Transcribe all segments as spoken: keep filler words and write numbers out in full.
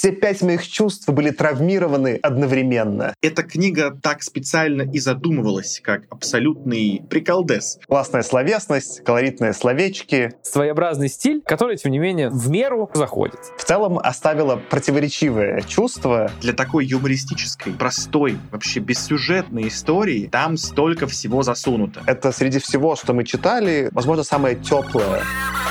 Все пять моих чувств были травмированы одновременно. Эта книга так специально и задумывалась, как абсолютный приколдес. Классная словесность, колоритные словечки. Своеобразный стиль, который, тем не менее, в меру заходит. В целом оставила противоречивое чувство. Для такой юмористической, простой, вообще бессюжетной истории там столько всего засунуто. Это среди всего, что мы читали, возможно, самое теплое.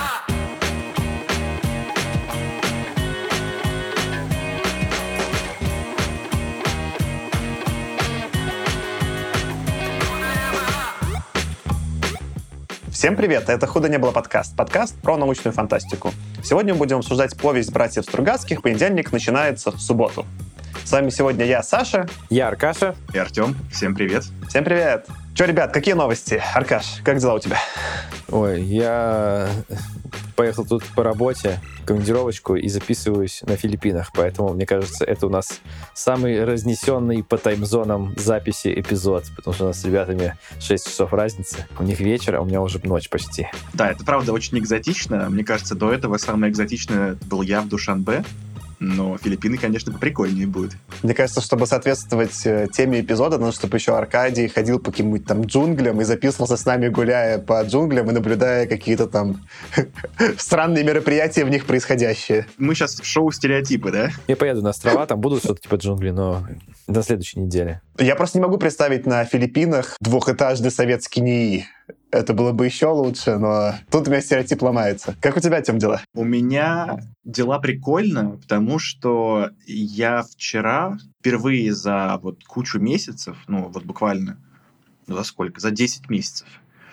Всем привет! Это «Худо не было» подкаст. Подкаст про научную фантастику. Сегодня мы будем обсуждать повесть братьев Стругацких. Понедельник начинается в субботу. С вами сегодня я, Саша. Я Аркаша. И Артем. Всем привет. Всем привет. Че, ребят, какие новости? Аркаш, как дела у тебя? Ой, я поехал тут по работе, в командировочку, и записываюсь на Филиппинах, поэтому, мне кажется, это у нас самый разнесенный по таймзонам записи эпизод, потому что у нас с ребятами шесть часов разницы. У них вечер, а у меня уже ночь почти. Да, это правда очень экзотично. Мне кажется, до этого самое экзотичное был я в Душанбе. Но Филиппины, конечно, поприкольнее будут. Мне кажется, чтобы соответствовать теме эпизода, нужно, чтобы еще Аркадий ходил по каким-нибудь там джунглям и записывался с нами, гуляя по джунглям и наблюдая какие-то там странные мероприятия в них происходящие. Мы сейчас в шоу «Стереотипы», да? Я поеду на острова, там будут что-то типа джунгли, но на следующей неделе. Я просто не могу представить на Филиппинах двухэтажный советский НИИ. Это было бы еще лучше, но тут у меня стереотип ломается. Как у тебя, Тём, дела? У меня дела прикольно, потому что я вчера впервые за вот кучу месяцев, ну вот буквально, ну за сколько? За десять месяцев,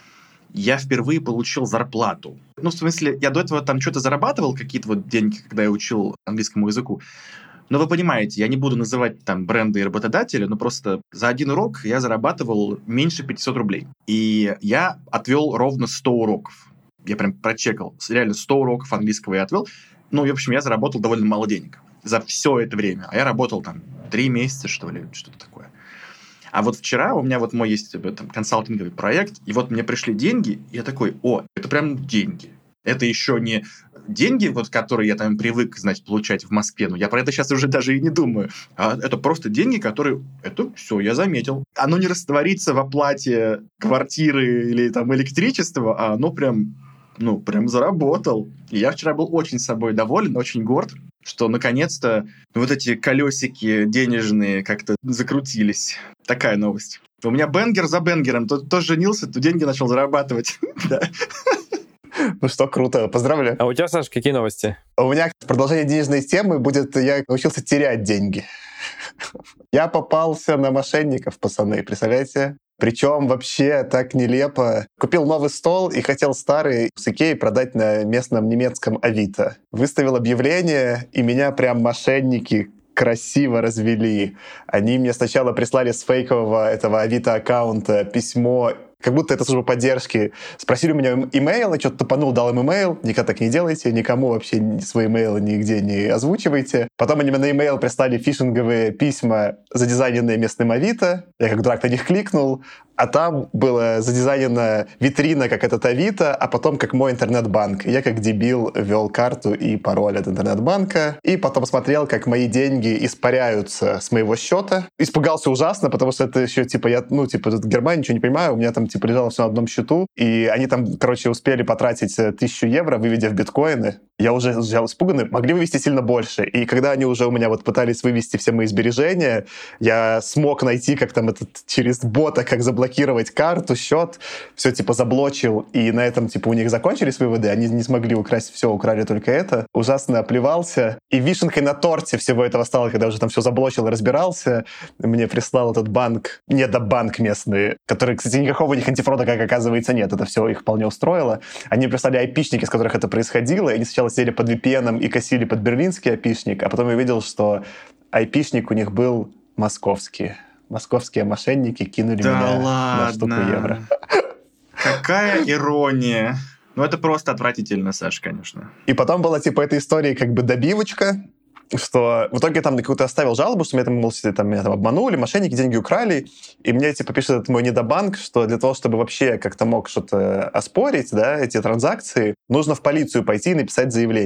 я впервые получил зарплату. Ну, в смысле, я до этого там что-то зарабатывал, какие-то вот деньги, когда я учил английскому языку. Но вы понимаете, я не буду называть там бренды и работодателя, но просто за один урок я зарабатывал меньше пятьсот рублей. И я отвел ровно сто уроков. Я прям прочекал. Реально сто уроков английского я отвел. Ну, и, в общем, я заработал довольно мало денег за все это время. А я работал там три месяца, что ли, что-то такое. А вот вчера у меня вот мой есть там, консалтинговый проект, и вот мне пришли деньги, и я такой, о, это прям деньги. Это еще не деньги, вот, которые я там привык, значит, получать в Москве, но я про это сейчас уже даже и не думаю. А это просто деньги, которые... Это все, я заметил. Оно не растворится в оплате квартиры или там электричества, а оно прям, ну, прям заработал. И я вчера был очень собой доволен, очень горд, что наконец-то вот эти колесики денежные как-то закрутились. Такая новость. У меня бенгер за бенгером. Тот, кто женился, то деньги начал зарабатывать. Да. Ну что, круто, поздравляю. А у тебя, Саш, какие новости? У меня продолжение денежной темы будет, я научился терять деньги. Я попался на мошенников, пацаны, представляете? Причем вообще так нелепо. Купил новый стол и хотел старый с Икеи продать на местном немецком Авито. Выставил объявление, и меня прям мошенники красиво развели. Они мне сначала прислали с фейкового этого Авито-аккаунта письмо, как будто это служба поддержки. Спросили у меня имейл, я что-то тупанул, дал им имейл. Никогда так не делайте, никому вообще свои имейлы нигде не озвучивайте. Потом они мне на имейл прислали фишинговые письма, задизайненные местным Авито. Я как дурак на них кликнул, а там была задизайнена витрина, как этот Авито, а потом как мой интернет-банк. Я как дебил ввел карту и пароль от интернет-банка, и потом смотрел, как мои деньги испаряются с моего счета. Испугался ужасно, потому что это еще, типа, я, ну, типа, в Германии ничего не понимаю, у меня там, типа, лежало все на одном счету, и они там, короче, успели потратить тысячу евро, выведя в биткоины. Я уже взял испуганный, могли вывести сильно больше. И когда они уже у меня вот пытались вывести все мои сбережения, я смог найти, как там этот через бота, как заблокировать карту, счет, все типа заблочил, и на этом типа у них закончились выводы, они не смогли украсть все, украли только это. Ужасно оплевался. И вишенкой на торте всего этого стало, когда уже там все заблочил и разбирался, мне прислал этот банк, недобанк местный, который, кстати, никакого у них антифрода, как оказывается, нет, это все их вполне устроило. Они прислали айпишники, с которых это происходило, и они сначала сидели под ви пи эн и косили под берлинский айпишник, а потом я видел, что айпишник у них был московский. Московские мошенники кинули да меня ладно. на штуку евро. Какая ирония. Ну, это просто отвратительно, Саш, конечно. И потом была, типа, эта история как бы добивочка, что в итоге я там какую-то оставил жалобу, что меня там, мол, там, меня там обманули, мошенники деньги украли, и мне, типа, пишет этот мой недобанк, что для того, чтобы вообще как-то мог что-то оспорить, да, эти транзакции, нужно в полицию пойти и написать заявление.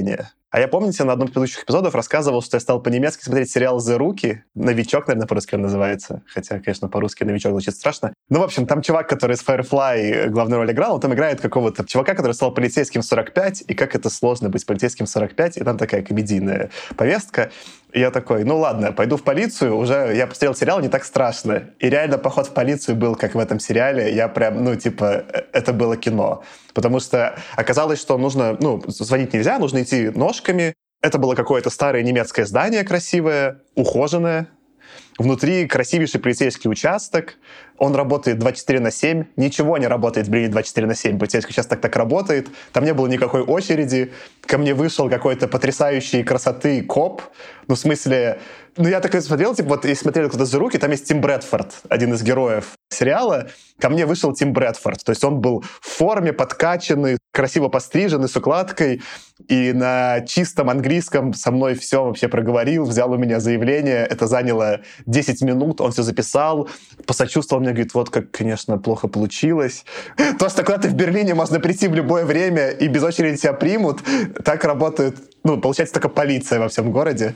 А я, помните, на одном из предыдущих эпизодов рассказывал, что я стал по-немецки смотреть сериал «The Rookie». «Новичок», наверное, по-русски он называется. Хотя, конечно, по-русски «Новичок» звучит страшно. Ну, в общем, там чувак, который из Firefly главную роль играл, он там играет какого-то чувака, который стал полицейским в сорок пять, и как это сложно быть полицейским в сорок пять, и там такая комедийная повестка. И я такой, ну ладно, пойду в полицию, уже я посмотрел сериал, не так страшно. И реально поход в полицию был, как в этом сериале. Я прям, ну, типа, это было кино. Потому что оказалось, что нужно, ну, звонить нельзя, нужно идти ножками. Это было какое-то старое немецкое здание красивое, ухоженное. Внутри красивейший полицейский участок. Он работает двадцать четыре на семь. Ничего не работает в Берлине двадцать четыре на семь. Полицейский участок так работает. Там не было никакой очереди. Ко мне вышел какой-то потрясающей красоты коп. Ну, в смысле... Ну, я такой смотрел, типа, вот, если смотрели кто-то «The Rookie», там есть Тим Брэдфорд, один из героев сериала. Ко мне вышел Тим Брэдфорд. То есть он был в форме, подкачанный, красиво постриженный, с укладкой. И на чистом английском со мной все вообще проговорил, взял у меня заявление. Это заняло десять минут, он все записал, посочувствовал мне, говорит, вот как, конечно, плохо получилось. То, что когда ты в Берлине, можно прийти в любое время и без очереди тебя примут, так работает, ну, получается, только полиция во всем городе.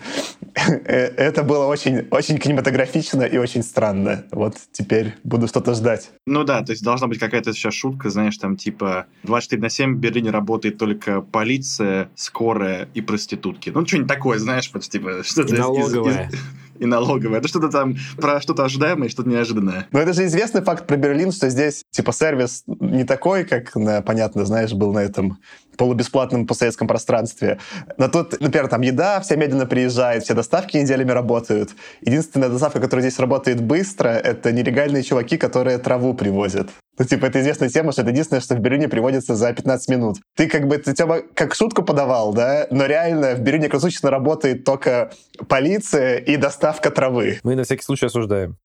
Это было очень, очень кинематографично и очень странно. Вот теперь буду что-то ждать. Ну да, то есть должна быть какая-то сейчас шутка, знаешь, там типа двадцать четыре на семь в Берлине работает только полиция, скорая и проститутки. Ну, что-нибудь такое, знаешь, вот, типа... Что-то и налоговая. Из, из, и налоговая. Это что-то там про что-то ожидаемое, что-то неожиданное. Но это же известный факт про Берлин, что здесь, типа, сервис не такой, как, на, понятно, знаешь, был на этом полубесплатном постсоветском пространстве. Но тут, например, там еда вся медленно приезжает, все доставки неделями работают. Единственная доставка, которая здесь работает быстро, это нелегальные чуваки, которые траву привозят. Ну, типа, это известная тема, что это единственное, что в Берлине приводится за пятнадцать минут. Ты как бы, ты Тёма, как шутку подавал, да? Но реально в Берлине круглосуточно работает только полиция и доставка травы. Мы на всякий случай осуждаем.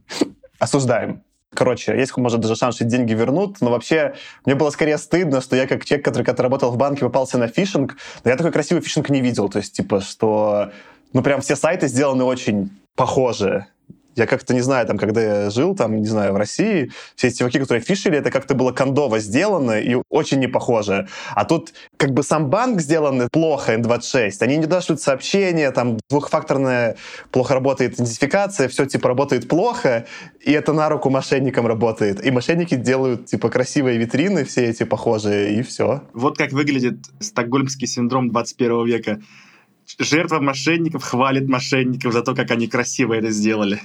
Осуждаем. Короче, есть, может, даже шанс, что деньги вернут, но вообще мне было скорее стыдно, что я как человек, который когда работал в банке, попался на фишинг, но я такой красивый фишинг не видел. То есть, типа, что... Ну, прям все сайты сделаны очень похожи. Я как-то, не знаю, там, когда я жил, там, не знаю, в России, все эти чуваки, которые фишили, это как-то было кондово сделано и очень не похоже. А тут как бы сам банк сделан плохо, эн двадцать шесть. Они не туда шлют сообщения, там двухфакторная плохо работает идентификация, все типа работает плохо, и это на руку мошенникам работает. И мошенники делают типа красивые витрины, все эти похожие, и все. Вот как выглядит стокгольмский синдром двадцать первого века. Жертва мошенников хвалит мошенников за то, как они красиво это сделали.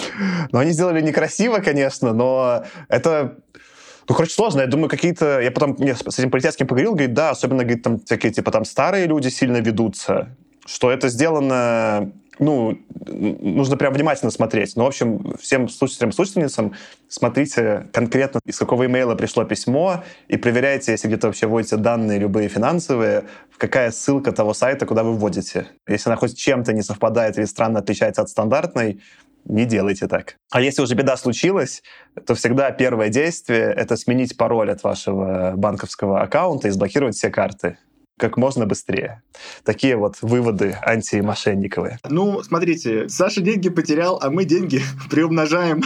Ну, они сделали некрасиво, конечно, но это... Ну, короче, сложно. Я думаю, какие-то... Я потом мне с этим полицейским поговорил, говорит, да, особенно, говорит, там всякие, типа, там старые люди сильно ведутся, что это сделано... Ну, нужно прям внимательно смотреть. Ну, в общем, всем слушателям, слушательницам смотрите конкретно, из какого имейла пришло письмо, и проверяйте, если где-то вообще вводите данные любые финансовые, какая ссылка того сайта, куда вы вводите. Если она хоть чем-то не совпадает или странно отличается от стандартной, не делайте так. А если уже беда случилась, то всегда первое действие — это сменить пароль от вашего банковского аккаунта и заблокировать все карты как можно быстрее. Такие вот выводы антимошенниковые. Ну, смотрите, Саша деньги потерял, а мы деньги приумножаем.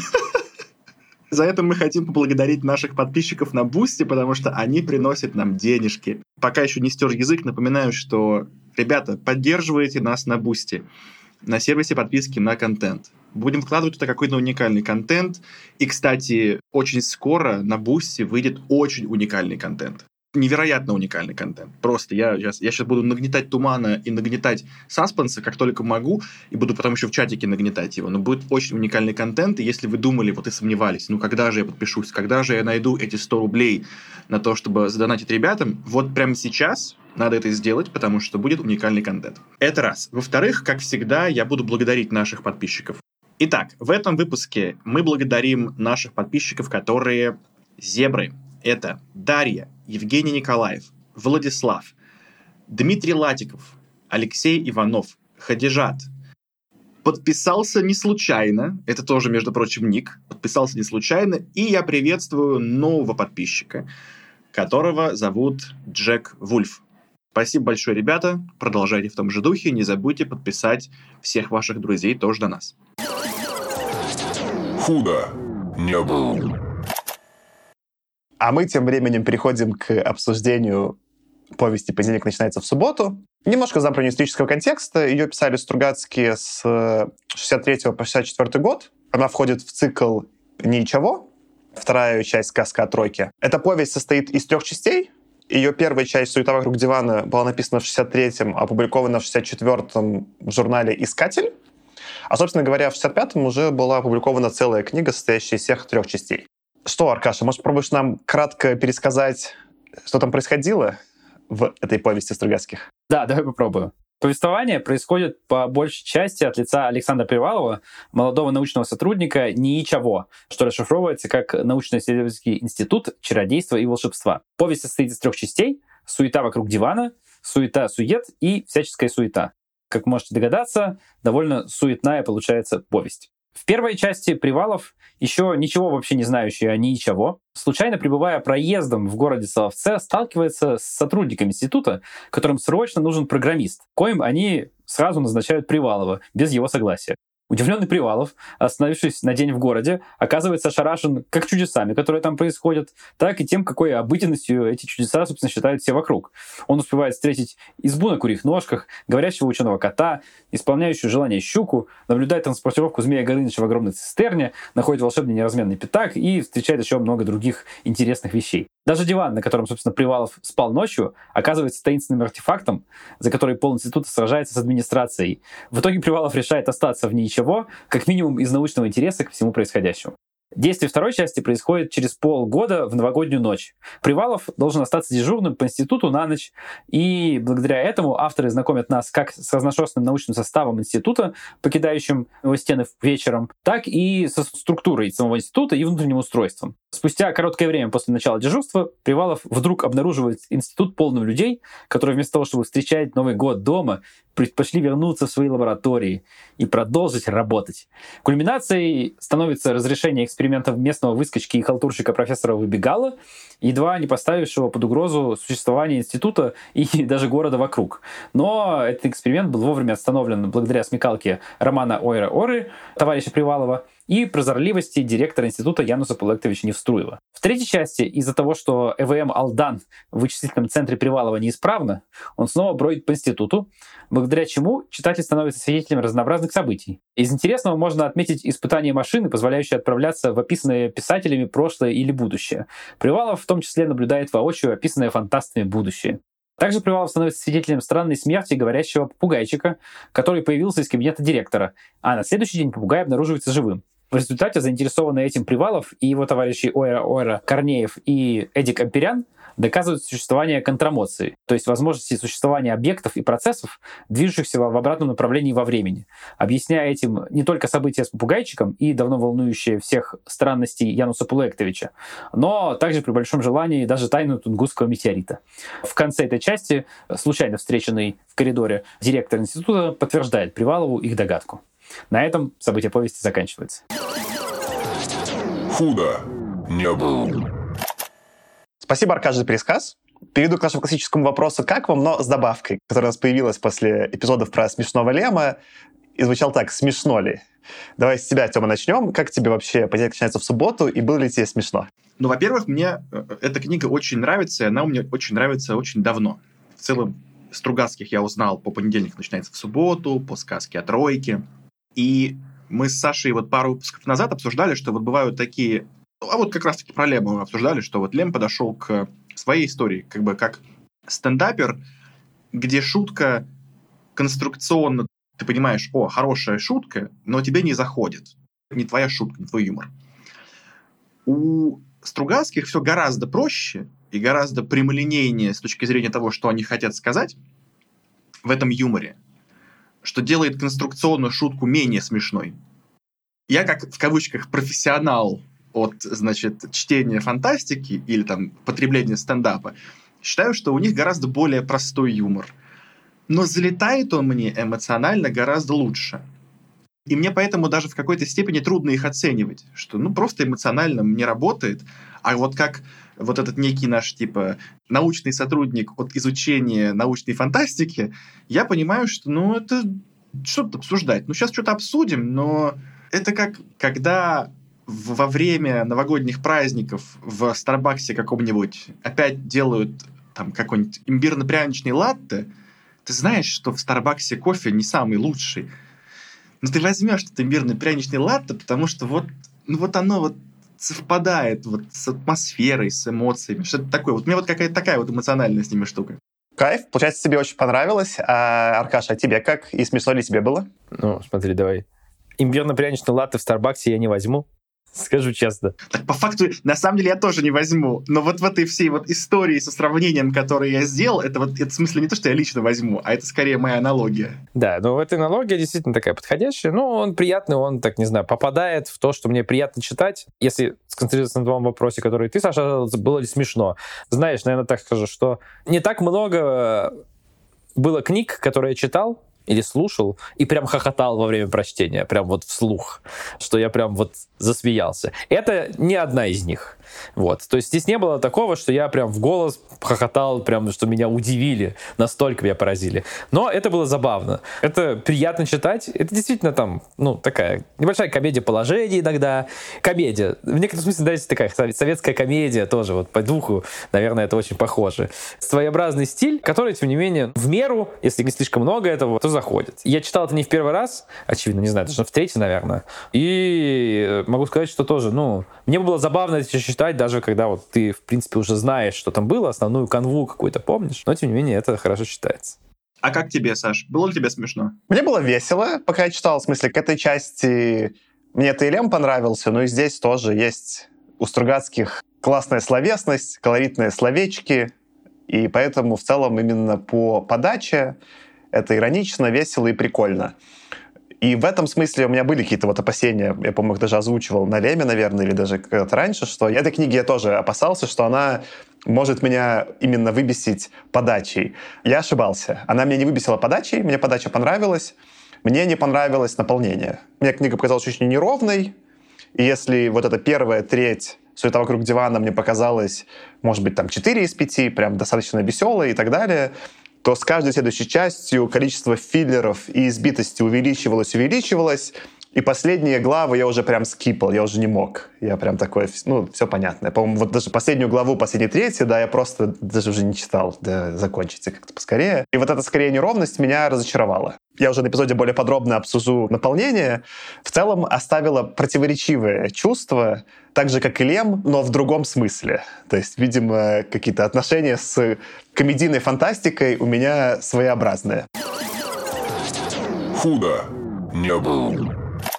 За это мы хотим поблагодарить наших подписчиков на Бусти, потому что они приносят нам денежки. Пока еще не стер язык, напоминаю, что, ребята, поддерживайте нас на Бусти, на сервисе подписки на контент. Будем вкладывать туда какой-то уникальный контент. И, кстати, очень скоро на Бусти выйдет очень уникальный контент. Невероятно уникальный контент. Просто я, я, я сейчас буду нагнетать тумана и нагнетать саспенса, как только могу, и буду потом еще в чатике нагнетать его. Но будет очень уникальный контент, и если вы думали, вот и сомневались, ну когда же я подпишусь, когда же я найду эти сто рублей на то, чтобы задонатить ребятам, вот прямо сейчас надо это сделать, потому что будет уникальный контент. Это раз. Во-вторых, как всегда, я буду благодарить наших подписчиков. Итак, в этом выпуске мы благодарим наших подписчиков, которые зебры. Это Дарья, Евгений Николаев, Владислав, Дмитрий Латиков, Алексей Иванов, Хадижат. Подписался не случайно, это тоже, между прочим, ник, подписался не случайно, и я приветствую нового подписчика, которого зовут Джек Вульф. Спасибо большое, ребята, продолжайте в том же духе, не забудьте подписать всех ваших друзей тоже до нас. Худо не было. А мы тем временем переходим к обсуждению повести «Понедельник начинается в субботу». Немножко знам про нее исторического контекста. Ее писали Стругацкие с шестьдесят третьего по шестьдесят четвёртый год. Она входит в цикл «Ничего», вторая часть «Сказка о тройке». Эта повесть состоит из трех частей. Ее первая часть «Суета вокруг дивана» была написана в шестьдесят третьем, опубликована в шестьдесят четвёртом в журнале «Искатель». А, собственно говоря, в шестьдесят пятом уже была опубликована целая книга, состоящая из всех трех частей. Что, Аркаша, может, попробуешь нам кратко пересказать, что там происходило в этой повести Стругацких? Да, давай попробую. Повествование происходит по большей части от лица Александра Привалова, молодого научного сотрудника НИИ-ЧАВО, что расшифровывается как научно-исследовательский институт чародейства и волшебства. Повесть состоит из трех частей: «Суета вокруг дивана», «Суета-сует» и «Всяческая суета». Как можете догадаться, довольно суетная получается повесть. В первой части Привалов, еще ничего вообще не знающий о НИИ-ЧАВО, случайно пребывая проездом в городе Соловце, сталкивается с сотрудниками института, которым срочно нужен программист, коим они сразу назначают Привалова, без его согласия. Удивленный Привалов, остановившись на день в городе, оказывается ошарашен как чудесами, которые там происходят, так и тем, какой обыденностью эти чудеса, собственно, считают все вокруг. Он успевает встретить избу на курьих ножках, говорящего ученого кота, исполняющую желание щуку, наблюдает транспортировку Змея Горыныча в огромной цистерне, находит волшебный неразменный пятак и встречает еще много других интересных вещей. Даже диван, на котором, собственно, Привалов спал ночью, оказывается таинственным артефактом, за который полинститута сражается с администрацией. В итоге Привалов решает остаться в НИИ-ЧАВО, как минимум из научного интереса к всему происходящему. Действие второй части происходит через полгода в новогоднюю ночь. Привалов должен остаться дежурным по институту на ночь, и благодаря этому авторы знакомят нас как с разношерстным научным составом института, покидающим его стены вечером, так и со структурой самого института и внутренним устройством. Спустя короткое время после начала дежурства Привалов вдруг обнаруживает институт полным людей, которые вместо того, чтобы встречать Новый год дома, предпочли вернуться в свои лаборатории и продолжить работать. Кульминацией становится разрешение экспериментов местного выскочки и халтурщика профессора Выбегала, едва не поставившего под угрозу существование института и даже города вокруг. Но этот эксперимент был вовремя остановлен благодаря смекалке Романа Ойра-Оры, товарища Привалова, и прозорливости директора института Януса Полуэктовича Невструева. В третьей части, из-за того, что ЭВМ «Алдан» в вычислительном центре Привалова неисправно, он снова бродит по институту, благодаря чему читатель становится свидетелем разнообразных событий. Из интересного можно отметить испытание машины, позволяющее отправляться в описанное писателями прошлое или будущее. Привалов в том числе наблюдает воочию описанное фантастами будущее. Также Привалов становится свидетелем странной смерти говорящего попугайчика, который появился из кабинета директора, а на следующий день попугай обнаруживается живым. В результате заинтересованные этим Привалов и его товарищи Ойра-Ойра, Корнеев и Эдик Амперян доказывают существование контрамоции, то есть возможности существования объектов и процессов, движущихся в обратном направлении во времени, объясняя этим не только события с попугайчиком и давно волнующие всех странности Януса Полуэктовича, но также при большом желании даже тайну Тунгусского метеорита. В конце этой части случайно встреченный в коридоре директор института подтверждает Привалову их догадку. На этом событие повести заканчивается. Худо не было. Спасибо, Аркаш, за пересказ. Перейду к нашему классическому вопросу «Как вам?», но с добавкой, которая у нас появилась после эпизодов про смешного Лема, и звучал так: «Смешно ли?». Давай с тебя, Тёма, начнем. Как тебе вообще «Понедельник начинается в субботу», и было ли тебе смешно? Ну, во-первых, мне эта книга очень нравится, и она мне очень нравится очень давно. В целом, Стругацких я узнал по «Понедельник начинается в субботу», по «Сказке о тройке». И мы с Сашей вот пару выпусков назад обсуждали, что вот бывают такие... А вот как раз-таки про Лема мы обсуждали, что вот Лем подошел к своей истории, как бы как стендапер, где шутка конструкционно... Ты понимаешь, о, хорошая шутка, но тебе не заходит. Не твоя шутка, не твой юмор. У Стругацких все гораздо проще и гораздо прямолинейнее с точки зрения того, что они хотят сказать в этом юморе, что делает конструкционную шутку менее смешной. Я, как в кавычках профессионал от, значит, чтения фантастики или там потребления стендапа, считаю, что у них гораздо более простой юмор. Но залетает он мне эмоционально гораздо лучше. И мне поэтому даже в какой-то степени трудно их оценивать, что ну просто эмоционально не работает. А вот как вот этот некий наш типа научный сотрудник от изучения научной фантастики, я понимаю, что ну это что-то обсуждать. Ну сейчас что-то обсудим, но это как когда во время новогодних праздников в Старбаксе каком-нибудь опять делают там какой-нибудь имбирно-пряничный латте, ты знаешь, что в Старбаксе кофе не самый лучший. Но ты возьмешь этот имбирно-пряничный латте, потому что вот, ну вот оно вот совпадает вот с атмосферой, с эмоциями. Что-то такое. Вот у меня вот какая-то такая вот эмоциональная с ними штука. Кайф. Получается, тебе очень понравилось. А, Аркаша, а тебе как? И смешно ли тебе было? Ну, смотри, давай. Имбирно-пряничный латте в Старбаксе я не возьму. Скажу честно. Так по факту, на самом деле, я тоже не возьму. Но вот в этой всей вот истории со сравнением, которое я сделал, это вот это в смысле не то, что я лично возьму, а это скорее моя аналогия. Да, но эта аналогия действительно такая подходящая. Ну, он приятный, он, так не знаю, попадает в то, что мне приятно читать. Если сконцентрироваться на твоем вопросе, который ты, Саша, было ли смешно? Знаешь, наверное, так скажу, что не так много было книг, которые я читал, или слушал, и прям хохотал во время прочтения, прям вот вслух, что я прям вот засмеялся. Это не одна из них. Вот. То есть здесь не было такого, что я прям в голос хохотал, прям, что меня удивили, настолько меня поразили. Но это было забавно. Это приятно читать. Это действительно там, ну, такая небольшая комедия положений иногда. Комедия. В некотором смысле, да, есть такая советская комедия тоже, вот по духу, наверное, это очень похоже. Своеобразный стиль, который, тем не менее, в меру, если не слишком много этого, то заходит. Я читал это не в первый раз, очевидно, не знаю, даже в третий, наверное. И могу сказать, что тоже, ну, мне было забавно это читать, даже когда вот ты, в принципе, уже знаешь, что там было, основную канву какую-то помнишь, но, тем не менее, это хорошо читается. А как тебе, Саш? Было ли тебе смешно? Мне было весело, пока я читал. В смысле, к этой части мне ТЛМ понравился, но и здесь тоже есть у Стругацких классная словесность, колоритные словечки, и поэтому в целом именно по подаче это иронично, весело и прикольно. И в этом смысле у меня были какие-то вот опасения, я, по-моему, их даже озвучивал на Леме, наверное, или даже когда-то раньше, что я этой книги я тоже опасался, что она может меня именно выбесить подачей. Я ошибался. Она меня не выбесила подачей, мне подача понравилась, мне не понравилось наполнение. Мне книга показалась очень неровной, и если вот эта первая треть «Суета вокруг дивана» мне показалась, может быть, там четыре из пяти, прям достаточно веселой и так далее, то с каждой следующей частью количество филлеров и избитости увеличивалось, увеличивалось, и последние главы я уже прям скипал, я уже не мог. Я прям такой, ну, все понятно. Я, по-моему, вот даже последнюю главу, последней трети, да, я просто даже уже не читал, да, закончите как-то поскорее. И вот эта, скорее, неровность меня разочаровала. Я уже на эпизоде более подробно обсужу наполнение. В целом оставила противоречивое чувство, так же, как и Лем, но в другом смысле. То есть, видимо, какие-то отношения с комедийной фантастикой у меня своеобразные. Худо не было.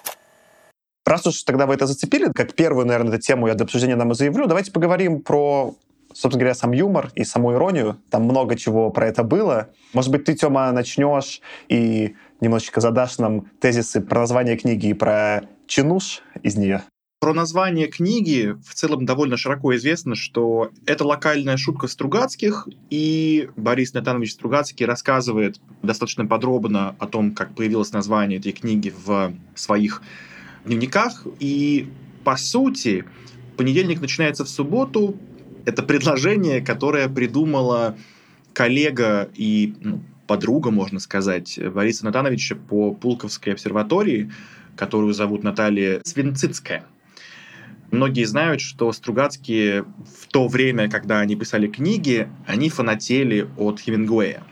Раз уж тогда вы это зацепили, как первую, наверное, эту тему я для обсуждения нам и заявлю, давайте поговорим про, собственно говоря, сам юмор и саму иронию. Там много чего про это было. Может быть, ты, Тёма, начнешь и немножечко задашь нам тезисы про название книги и про чинуш из нее? Про название книги в целом довольно широко известно, что это локальная шутка Стругацких, и Борис Натанович Стругацкий рассказывает достаточно подробно о том, как появилось название этой книги в своих дневниках. И, по сути, понедельник начинается в субботу. Это предложение, которое придумала коллега и ну, подруга, можно сказать, Бориса Натановича по Пулковской обсерватории, которую зовут Наталья Свинцицкая. Многие знают, что Стругацкие в то время, когда они писали книги, они фанатели от Хемингуэя.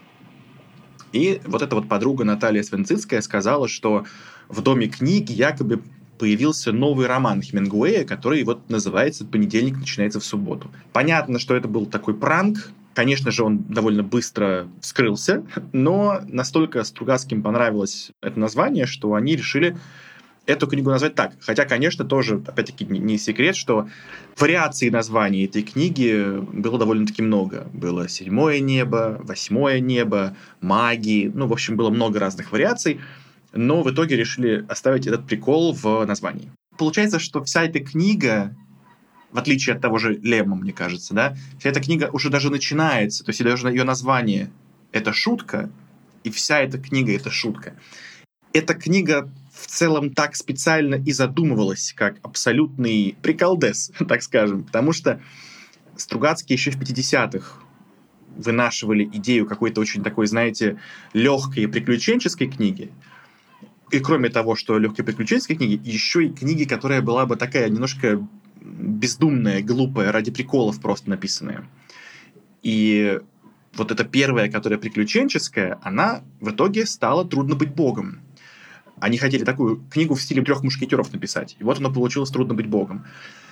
И вот эта вот подруга Наталья Свинцицкая сказала, что в Доме книги якобы появился новый роман Хемингуэя, который вот называется «Понедельник начинается в субботу». Понятно, что это был такой пранк. Конечно же, он довольно быстро вскрылся, но настолько Стругацким понравилось это название, что они решили эту книгу назвать так. Хотя, конечно, тоже, опять-таки, не секрет, что вариаций названий этой книги было довольно-таки много. Было «Седьмое небо», «Восьмое небо», «Маги». Ну, в общем, было много разных вариаций. Но в итоге решили оставить этот прикол в названии. Получается, что вся эта книга, в отличие от того же Лема, мне кажется, да, вся эта книга уже даже начинается, то есть даже ее название — это шутка, и вся эта книга — это шутка. Эта книга в целом так специально и задумывалась, как абсолютный приколдес, так скажем, потому что Стругацкие еще в пятидесятых вынашивали идею какой-то очень такой, знаете, легкой приключенческой книги. И кроме того, что легкой приключенческой книги, еще и книги, которая была бы такая немножко бездумная, глупая, ради приколов просто написанная. И вот эта первая, которая приключенческая, она в итоге стала «Трудно быть богом». Они хотели такую книгу в стиле «Трех мушкетеров» написать. И вот она получилась «Трудно быть богом».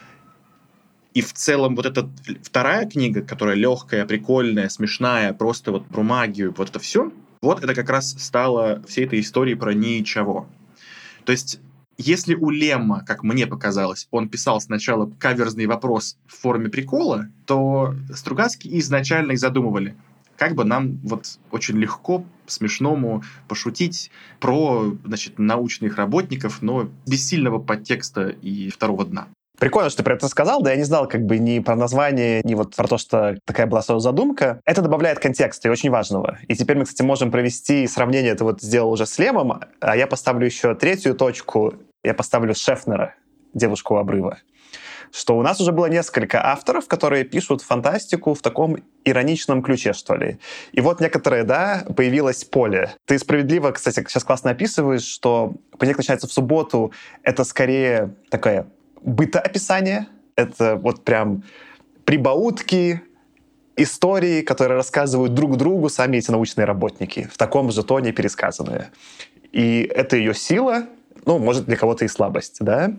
И в целом вот эта вторая книга, которая легкая, прикольная, смешная, просто вот про магию, вот это все, вот это как раз стало всей этой историей про ничего. То есть, если у Лемма, как мне показалось, он писал сначала каверзный вопрос в форме прикола, то Стругацкие изначально и задумывали, как бы нам вот очень легко, смешному пошутить про, значит, научных работников, но без сильного подтекста и второго дна. Прикольно, что ты про это сказал, да я не знал как бы ни про название, ни вот про то, что такая была своя задумка. Это добавляет контекста и очень важного. И теперь мы, кстати, можем провести сравнение, это вот сделал уже с Лемом, а я поставлю еще третью точку, я поставлю Шефнера, «Девушку у обрыва». Что у нас уже было несколько авторов, которые пишут фантастику в таком ироничном ключе, что ли. И вот некоторые, да, появилось поле. Ты справедливо, кстати, сейчас классно описываешь, что понедельник начинается в субботу, это скорее такая бытоописание, это вот прям прибаутки, истории, которые рассказывают друг другу сами эти научные работники, в таком же тоне пересказанные. И это ее сила, ну, может, для кого-то и слабость, да.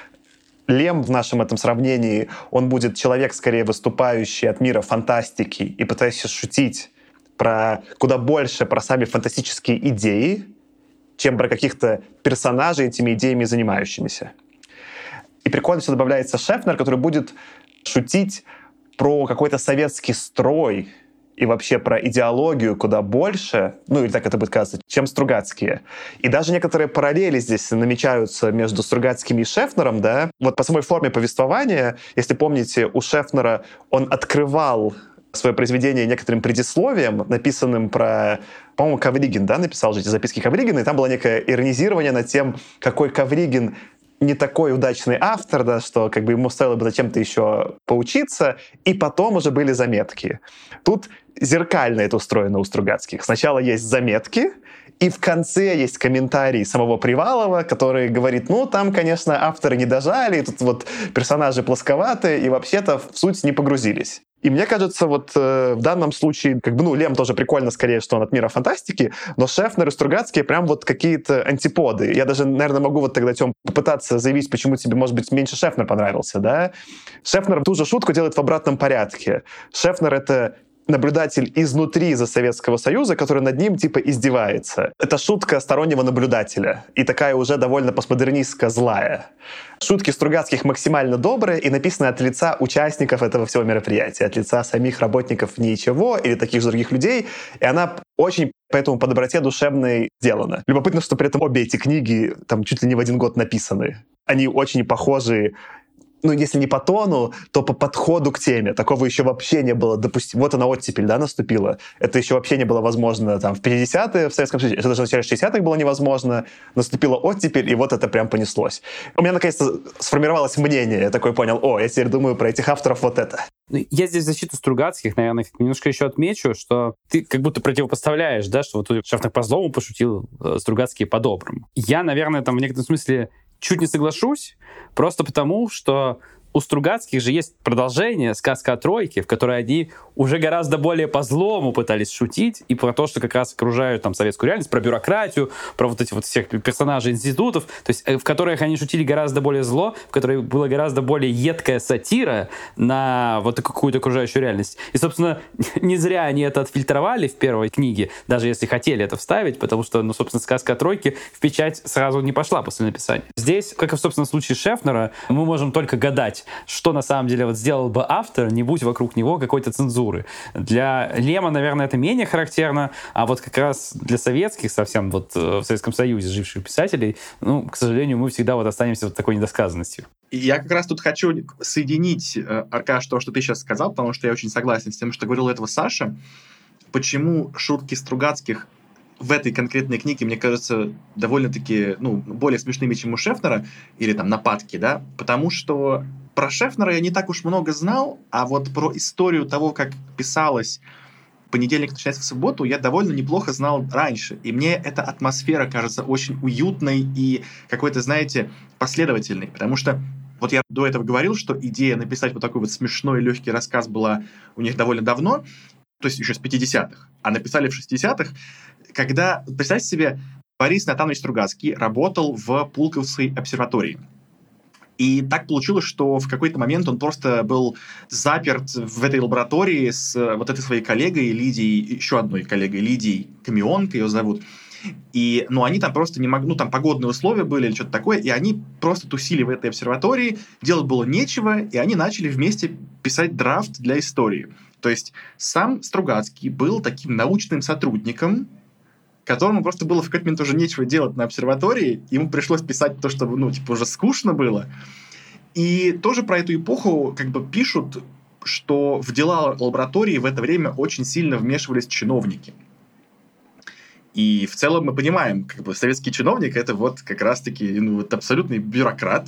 Лем в нашем этом сравнении, он будет человек, скорее выступающий от мира фантастики и пытающийся шутить про куда больше про сами фантастические идеи, чем про каких-то персонажей этими идеями занимающимися. И прикольно все добавляется Шефнер, который будет шутить про какой-то советский строй и вообще про идеологию куда больше, ну или так это будет казаться, чем Стругацкие. И даже некоторые параллели здесь намечаются между Стругацкими и Шефнером, да. Вот по самой форме повествования, если помните, у Шефнера он открывал свое произведение некоторым предисловием, написанным про, по-моему, Ковригин, да, написал же эти записки Ковригина, и там было некое иронизирование над тем, какой Ковригин не такой удачный автор, да, что как бы ему стоило бы зачем-то еще поучиться, и потом уже были заметки. Тут зеркально это устроено у Стругацких. Сначала есть заметки, и в конце есть комментарий самого Привалова, который говорит, ну, там, конечно, авторы не дожали, тут вот персонажи плосковатые, и вообще-то в суть не погрузились. И мне кажется, вот э, в данном случае, как бы, ну, Лем тоже прикольно, скорее, что он от мира фантастики, но Шефнер и Стругацкие прям вот какие-то антиподы. Я даже, наверное, могу вот тогда, Тём, попытаться заявить, почему тебе, может быть, меньше Шефнер понравился, да? Шефнер ту же шутку делает в обратном порядке. Шефнер — это наблюдатель изнутри за Советского Союза, который над ним типа издевается. Это шутка стороннего наблюдателя. И такая уже довольно постмодернистско злая. Шутки Стругацких максимально добрые и написаны от лица участников этого всего мероприятия, от лица самих работников ничего или таких же других людей. И она очень поэтому по доброте душевной сделана. Любопытно, что при этом обе эти книги там чуть ли не в один год написаны. Они очень похожи, ну, если не по тону, то по подходу к теме. Такого еще вообще не было. Допустим, вот она оттепель, да, наступила. Это еще вообще не было возможно там в пятидесятые в Советском Союзе. Это даже в начале шестидесятых было невозможно. Наступила оттепель, и вот это прям понеслось. У меня, наконец-то, сформировалось мнение. Я такой понял, о, я теперь думаю про этих авторов вот это. Я здесь в защиту Стругацких, наверное, немножко еще отмечу, что ты как будто противопоставляешь, да, что вот Шефнер по-злому пошутил, Стругацкие по-доброму. Я, наверное, там в некотором смысле чуть не соглашусь, просто потому, что у Стругацких же есть продолжение «Сказка о тройке», в которой они уже гораздо более по-злому пытались шутить, и про то, что как раз окружают там советскую реальность, про бюрократию, про вот эти вот всех персонажей институтов, то есть в которых они шутили гораздо более зло, в которой была гораздо более едкая сатира на вот какую-то окружающую реальность. И, собственно, не зря они это отфильтровали в первой книге, даже если хотели это вставить, потому что, ну, собственно, «Сказка о тройке» в печать сразу не пошла после написания. Здесь, как и в, собственно, случае Шефнера, мы можем только гадать, что на самом деле вот сделал бы автор, не будь вокруг него какой-то цензуры. Для Лема, наверное, это менее характерно, а вот как раз для советских, совсем вот в Советском Союзе живших писателей, ну, к сожалению, мы всегда вот останемся вот такой недосказанностью. И я как раз тут хочу соединить, Аркаш, то, что ты сейчас сказал, потому что я очень согласен с тем, что говорил этого Саша. Почему шутки Стругацких в этой конкретной книге, мне кажется, довольно-таки, ну, более смешными, чем у Шефнера, или там нападки, да, потому что про Шефнера я не так уж много знал, а вот про историю того, как писалось «Понедельник начинается в субботу», я довольно неплохо знал раньше. И мне эта атмосфера кажется очень уютной и какой-то, знаете, последовательной. Потому что вот я до этого говорил, что идея написать вот такой вот смешной легкий рассказ была у них довольно давно. то есть еще с пятидесятых, а написали в шестидесятых, когда, представьте себе, Борис Натанович Стругацкий работал в Пулковской обсерватории. И так получилось, что в какой-то момент он просто был заперт в этой лаборатории с вот этой своей коллегой Лидией, еще одной коллегой Лидией Камионко ее зовут. И, ну, они там просто не могли, ну, там погодные условия были или что-то такое, и они просто тусили в этой обсерватории, делать было нечего, и они начали вместе писать драфт для истории. То есть сам Стругацкий был таким научным сотрудником, которому просто было в какой-то момент уже нечего делать на обсерватории, ему пришлось писать то, что, ну, типа, уже скучно было. И тоже про эту эпоху как бы пишут, что в дела лаборатории в это время очень сильно вмешивались чиновники. И в целом мы понимаем, как бы советский чиновник — это вот как раз-таки, ну, вот абсолютный бюрократ.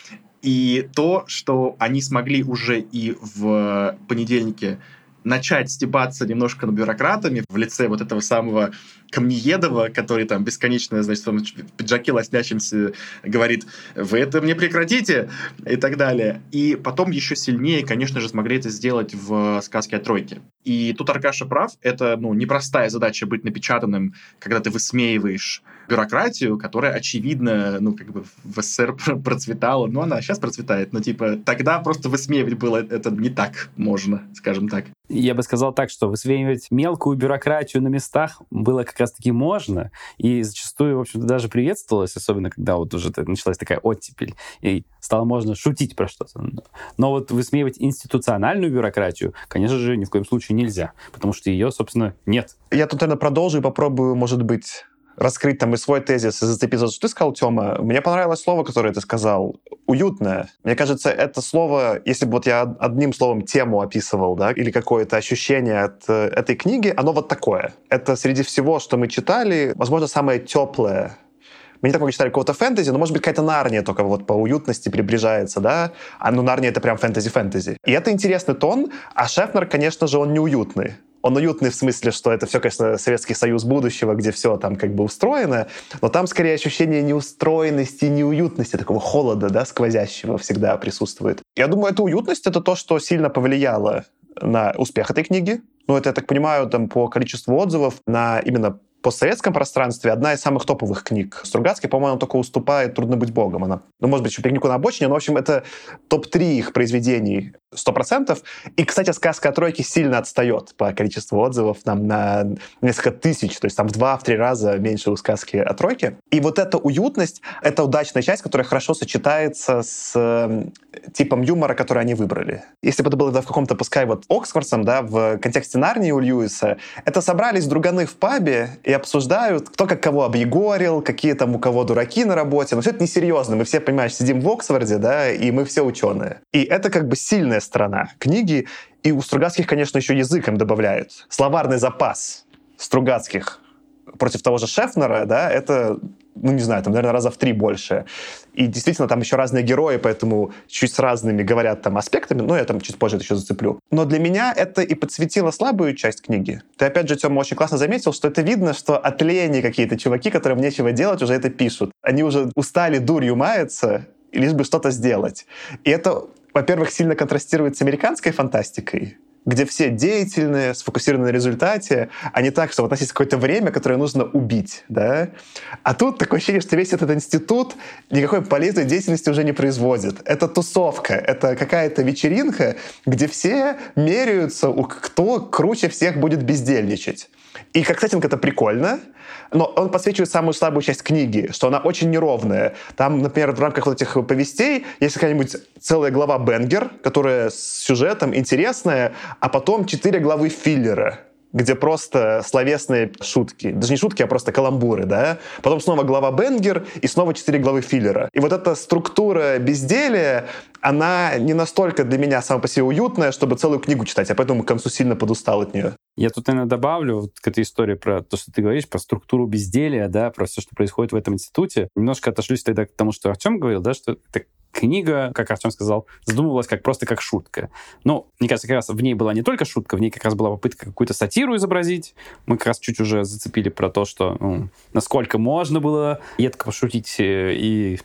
И то, что они смогли уже и в понедельнике начать стебаться немножко над бюрократами в лице вот этого самого Камнеедова, который там бесконечно, значит, в пиджаке лоснящемся говорит: «Вы это мне прекратите!» и так далее. И потом еще сильнее, конечно же, смогли это сделать в «Сказке о тройке». И тут Аркаша прав, это, ну, непростая задача быть напечатанным, когда ты высмеиваешь бюрократию, которая, очевидно, ну, как бы в СССР процветала. Ну, она сейчас процветает, но, типа, тогда просто высмеивать было это не так можно, скажем так. Я бы сказал так, что высмеивать мелкую бюрократию на местах было как раз-таки можно, и зачастую, в общем-то, даже приветствовалось, особенно когда вот уже началась такая оттепель, и стало можно шутить про что-то. Но вот высмеивать институциональную бюрократию, конечно же, ни в коем случае нельзя, потому что ее, собственно, нет. Я тут, наверное, продолжу и попробую, может быть, раскрыть там и свой тезис, и зацепить за то, что ты сказал, Тёма. Мне понравилось слово, которое ты сказал. Уютное. Мне кажется, это слово, если бы вот я одним словом тему описывал, да, или какое-то ощущение от э, этой книги, оно вот такое. Это среди всего, что мы читали, возможно, самое теплое. Мы не так много читали какого-то фэнтези, но, может быть, какая-то Нарния только вот по уютности приближается, да? А ну, Нарния — это прям фэнтези-фэнтези. И это интересный тон, а Шефнер, конечно же, он неуютный. Он уютный в смысле, что это все, конечно, Советский Союз будущего, где все там как бы устроено, но там скорее ощущение неустроенности, неуютности, такого холода, да, сквозящего всегда присутствует. Я думаю, эта уютность — это то, что сильно повлияло на успех этой книги. Ну, это, я так понимаю, там по количеству отзывов на именно постсоветском пространстве одна из самых топовых книг. Стругацкий, по-моему, только уступает «Трудно быть богом». Она, ну, может быть, еще «Пикнику на обочине», но, в общем, это топ три их произведений сто процентов. И, кстати, «Сказка о тройке» сильно отстает по количеству отзывов там, на несколько тысяч, то есть там в два-три раза меньше у «Сказки о тройке». И вот эта уютность — это удачная часть, которая хорошо сочетается с э, типом юмора, который они выбрали. Если бы это было да, в каком-то, пускай вот Оксфордсом, да, в контексте Нарнии у Льюиса, это собрались друганы в пабе и обсуждают, кто как кого объегорил, какие там у кого дураки на работе. Но все это несерьезно. Мы все, понимаешь, сидим в Оксфорде, да, и мы все ученые. И это как бы сильная сторона книги. И у Стругацких, конечно, еще язык им добавляют. Словарный запас Стругацких против того же Шефнера, да, это, ну, не знаю, там, наверное, раза в три больше. И действительно, там еще разные герои, поэтому чуть с разными говорят там аспектами, но я там чуть позже это еще зацеплю. Но для меня это и подсветило слабую часть книги. Ты, опять же, Тёма, очень классно заметил, что это видно, что от лени какие-то чуваки, которым нечего делать, уже это пишут. Они уже устали дурью маяться, лишь бы что-то сделать. И это, во-первых, сильно контрастирует с американской фантастикой, где все деятельные, сфокусированы на результате, а не так, что вот у нас есть какое-то время, которое нужно убить, да? А тут такое ощущение, что весь этот институт никакой полезной деятельности уже не производит. Это тусовка, это какая-то вечеринка, где все меряются, кто круче всех будет бездельничать. И как сеттинг это прикольно, но он подсвечивает самую слабую часть книги, что она очень неровная. Там, например, в рамках вот этих повестей есть какая-нибудь целая глава «Бенгер», которая с сюжетом интересная, а потом четыре главы филлера, где просто словесные шутки. Даже не шутки, а просто каламбуры, да? Потом снова глава «Бенгер» и снова четыре главы филлера. И вот эта структура безделия, она не настолько для меня сама по себе уютная, чтобы целую книгу читать, а поэтому к концу сильно подустал от нее. Я тут, наверное, добавлю вот к этой истории про то, что ты говоришь, про структуру безделия, да, про все, что происходит в этом институте. Немножко отошлюсь тогда к тому, что Артем говорил, да, что это книга, как Артем сказал, задумывалась как просто как шутка. Но, мне кажется, как раз в ней была не только шутка, в ней как раз была попытка какую-то сатиру изобразить. Мы как раз чуть уже зацепили про то, что ну, насколько можно было едко пошутить и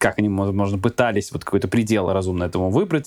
как они, возможно, пытались вот какой-то предел разумно этому выбрать.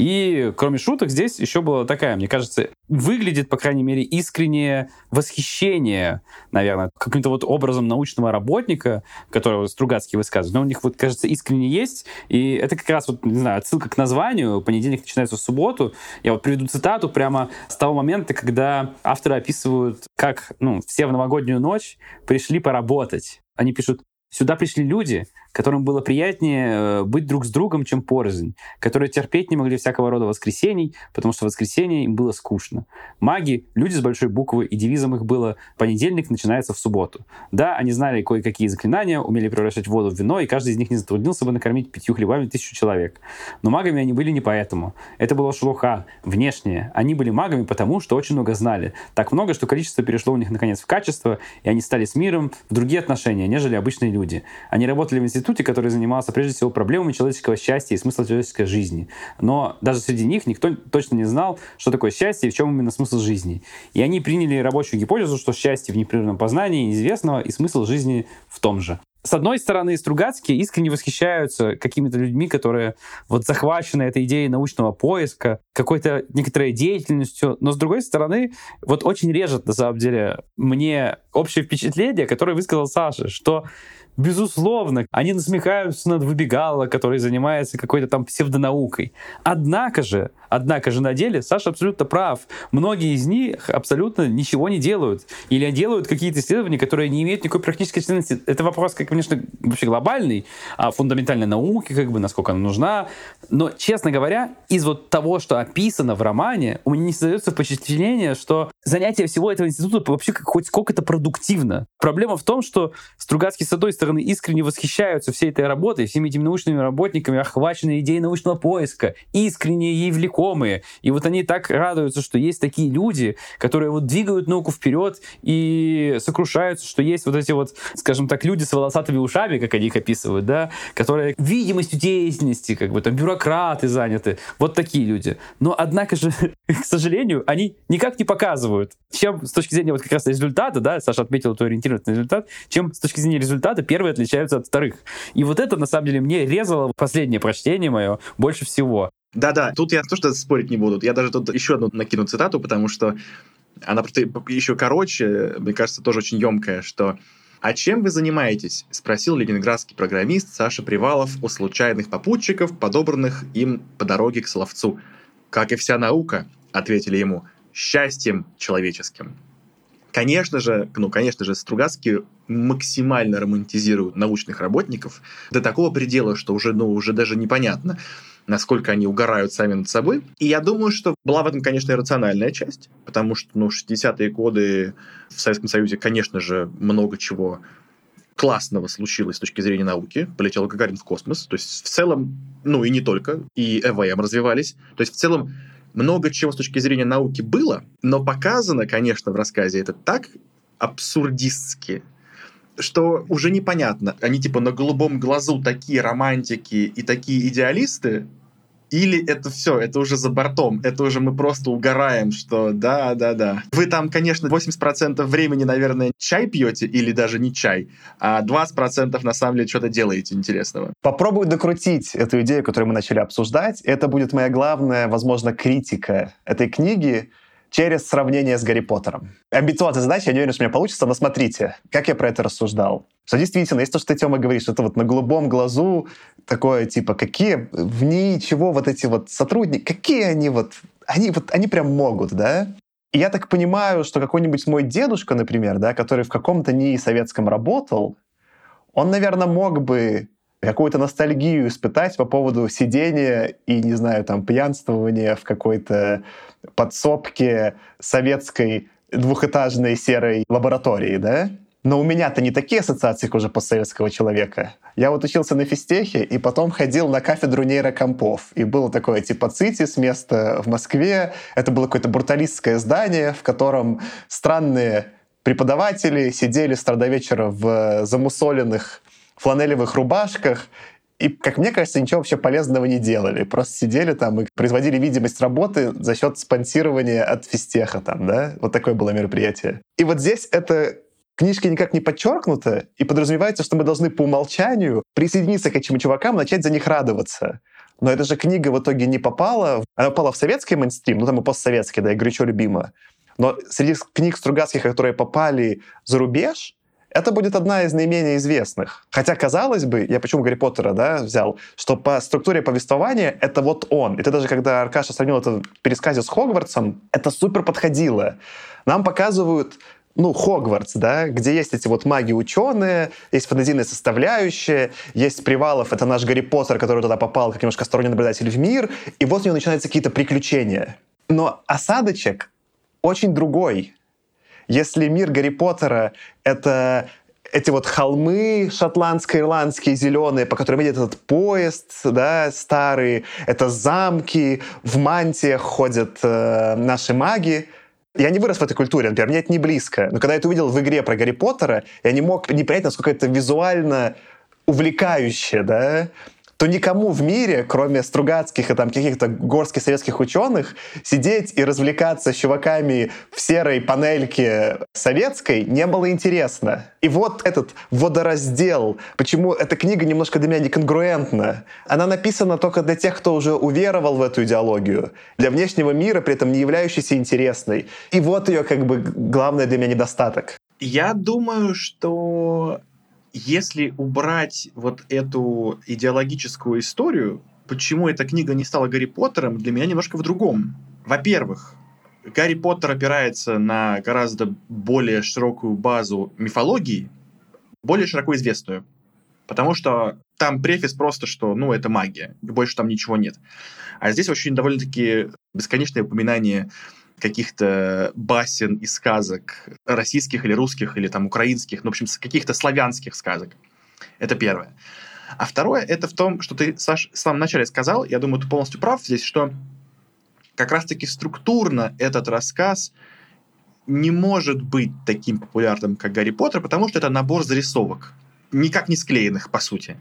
И кроме шуток здесь еще была такая, мне кажется, выглядит, по крайней мере, искреннее восхищение, наверное, каким-то вот образом научного работника, которого Стругацкий высказывает. Но у них, вот, кажется, искренне есть. И это как раз, вот, не знаю, отсылка к названию. Понедельник начинается в субботу. Я вот приведу цитату прямо с того момента, когда авторы описывают, как ну, все в новогоднюю ночь пришли поработать. Они пишут: «Сюда пришли люди, которым было приятнее быть друг с другом, чем порознь, которые терпеть не могли всякого рода воскресений, потому что в воскресенье им было скучно. Маги — люди с большой буквы, и девизом их было «понедельник начинается в субботу». Да, они знали кое-какие заклинания, умели превращать воду в вино, и каждый из них не затруднился бы накормить пятью хлебами тысячу человек. Но магами они были не поэтому. Это была шелуха, внешняя. Они были магами потому, что очень много знали. Так много, что количество перешло у них, наконец, в качество, и они стали с миром в другие отношения, нежели обычные люди. Они работали в институте, который занимался прежде всего проблемами человеческого счастья и смысла человеческой жизни. Но даже среди них никто точно не знал, что такое счастье и в чем именно смысл жизни. И они приняли рабочую гипотезу, что счастье в непрерывном познании неизвестного и смысл жизни в том же. С одной стороны, Стругацкие искренне восхищаются какими-то людьми, которые вот захвачены этой идеей научного поиска, какой-то некоторой деятельностью, но с другой стороны, вот очень режет, на самом деле, мне общее впечатление, которое высказал Саша, что безусловно, они насмехаются над Выбегало, который занимается какой-то там псевдонаукой. Однако же, однако же на деле Саша абсолютно прав. Многие из них абсолютно ничего не делают. Или делают какие-то исследования, которые не имеют никакой практической ценности. Это вопрос, конечно, вообще глобальный, о фундаментальной науке, как бы, насколько она нужна. Но, честно говоря, из вот того, что описано в романе, у меня не создается впечатление, что занятие всего этого института вообще хоть сколько-то продуктивно. Проблема в том, что Стругацкий, с одной стороны, искренне восхищаются всей этой работой, всеми этими научными работниками, охваченные идеей научного поиска, искренне ей влекомые. И вот они так радуются, что есть такие люди, которые вот двигают науку вперед и сокрушаются, что есть вот эти вот, скажем так, люди с волосатыми ушами, как они их описывают, да, которые видимостью деятельности, как бы там бюрократы заняты. Вот такие люди. Но, однако же, к сожалению, они никак не показывают, чем с точки зрения вот как раз результата, да, Саша отметил, что ориентироваться на результат, чем с точки зрения результата первые отличаются от вторых. И вот это, на самом деле, мне резало последнее прочтение мое больше всего. Да-да, тут я тоже спорить не буду. Я даже тут еще одну накину цитату, потому что она просто еще короче, мне кажется, тоже очень емкая, что «А чем вы занимаетесь?» — спросил ленинградский программист Саша Привалов у случайных попутчиков, подобранных им по дороге к Соловцу. «Как и вся наука», — ответили ему, — «счастьем человеческим». Конечно же, ну, конечно же, Стругацкие максимально романтизируют научных работников до такого предела, что уже, ну, уже даже непонятно, насколько они угорают сами над собой. И я думаю, что была в этом, конечно, и рациональная часть, потому что, ну, шестидесятые годы в Советском Союзе, конечно же, много чего классного случилось с точки зрения науки. Полетел Гагарин в космос. То есть в целом, ну, и не только, и ЭВМ развивались. То есть в целом много чего с точки зрения науки было, но показано, конечно, в рассказе это так абсурдистски, что уже непонятно, они типа на голубом глазу такие романтики и такие идеалисты, или это все, это уже за бортом, это уже мы просто угораем, что да-да-да. Вы там, конечно, восемьдесят процентов времени, наверное, чай пьете или даже не чай, а двадцать процентов на самом деле что-то делаете интересного. Попробую докрутить эту идею, которую мы начали обсуждать. Это будет моя главная, возможно, критика этой книги через сравнение с Гарри Поттером. Амбициозная задача, я не уверен, что у меня получится, но смотрите, как я про это рассуждал. Что действительно, есть то, что ты, Тёма, говоришь, это вот на голубом глазу такое, типа, какие в ничего вот эти вот сотрудники, какие они вот, они вот, они прям могут, да? И я так понимаю, что какой-нибудь мой дедушка, например, да, который в каком-то НИИ советском работал, он, наверное, мог бы какую-то ностальгию испытать по поводу сидения и, не знаю, там, пьянствования в какой-то подсобке советской двухэтажной серой лаборатории, да? Но у меня-то не такие ассоциации, как уже постсоветского человека. Я вот учился на физтехе и потом ходил на кафедру нейрокомпов. И было такое типа ЦИТИС место в Москве. Это было какое-то бруталистское здание, в котором странные преподаватели сидели с утра до вечера в замусоленных фланелевых рубашках и, как мне кажется, ничего вообще полезного не делали. Просто сидели там и производили видимость работы за счет спонсирования от физтеха там, да? Вот такое было мероприятие. И вот здесь это книжке никак не подчеркнуто, и подразумевается, что мы должны по умолчанию присоединиться к этим чувакам, начать за них радоваться. Но эта же книга в итоге не попала, она попала в советский мейнстрим, ну там и постсоветский, да, и горячо любима. Но среди книг Стругацких, которые попали за рубеж, это будет одна из наименее известных. Хотя, казалось бы, я почему Гарри Поттера, да, взял, что по структуре повествования это вот он. И ты даже, когда Аркаша сравнил это в пересказе с Хогвартсом, это супер подходило. Нам показывают, ну, Хогвартс, да, где есть эти вот маги-ученые, есть фэнтезийная составляющая, есть Привалов, это наш Гарри Поттер, который туда попал как немножко сторонний наблюдатель в мир, и вот у него начинаются какие-то приключения. Но осадочек очень другой. Если мир Гарри Поттера — это эти вот холмы шотландско-ирландские, зеленые, по которым едет этот поезд, да, старый, это замки, в мантиях ходят э, наши маги. Я не вырос в этой культуре, например, мне это не близко. Но когда я это увидел в игре про Гарри Поттера, я не мог не понять, насколько это визуально увлекающе, да, то никому в мире, кроме Стругацких и там каких-то горских советских ученых, сидеть и развлекаться с чуваками в серой панельке советской не было интересно. И вот этот водораздел, почему эта книга немножко для меня неконгруентна. Она написана только для тех, кто уже уверовал в эту идеологию, для внешнего мира, при этом не являющейся интересной. И вот ее как бы главный для меня недостаток. Я думаю, что если убрать вот эту идеологическую историю, почему эта книга не стала Гарри Поттером, для меня немножко в другом. Во-первых, Гарри Поттер опирается на гораздо более широкую базу мифологии, более широко известную. Потому что там префис просто, что, ну, это магия, и больше там ничего нет. А здесь очень довольно-таки бесконечное упоминание каких-то басен и сказок российских или русских, или там украинских, ну, в общем, каких-то славянских сказок. Это первое. А второе, это в том, что ты, Саш, в самом начале сказал, я думаю, ты полностью прав здесь, что как раз-таки структурно этот рассказ не может быть таким популярным, как Гарри Поттер, потому что это набор зарисовок, никак не склеенных, по сути.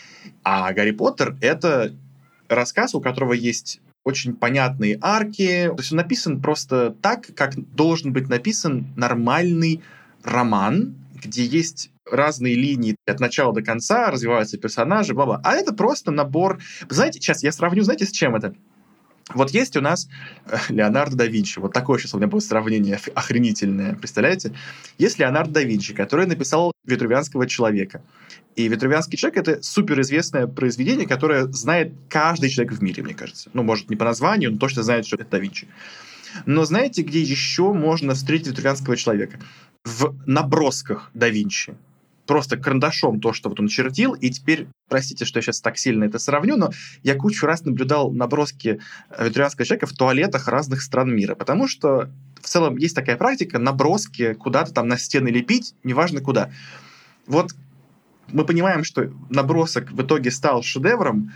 А Гарри Поттер — это рассказ, у которого есть очень понятные арки. То есть он написан просто так, как должен быть написан нормальный роман, где есть разные линии от начала до конца, развиваются персонажи, бла-бла. А это просто набор... Знаете, сейчас я сравню, знаете, с чем это? Вот есть у нас Леонардо да Винчи. Вот такое сейчас у меня было сравнение охренительное. Представляете? Есть Леонардо да Винчи, который написал «Витрувианского человека». И «Витрувианский человек» — это суперизвестное произведение, которое знает каждый человек в мире, мне кажется. Ну, может, не по названию, но точно знает, что это да Винчи. Но знаете, где еще можно встретить «Витрувианского человека»? В набросках да Винчи. Просто карандашом то, что вот он чертил, и теперь, простите, что я сейчас так сильно это сравню, но я кучу раз наблюдал наброски Витрувианского человека в туалетах разных стран мира, потому что в целом есть такая практика наброски куда-то там на стены лепить, неважно куда. Вот мы понимаем, что набросок в итоге стал шедевром,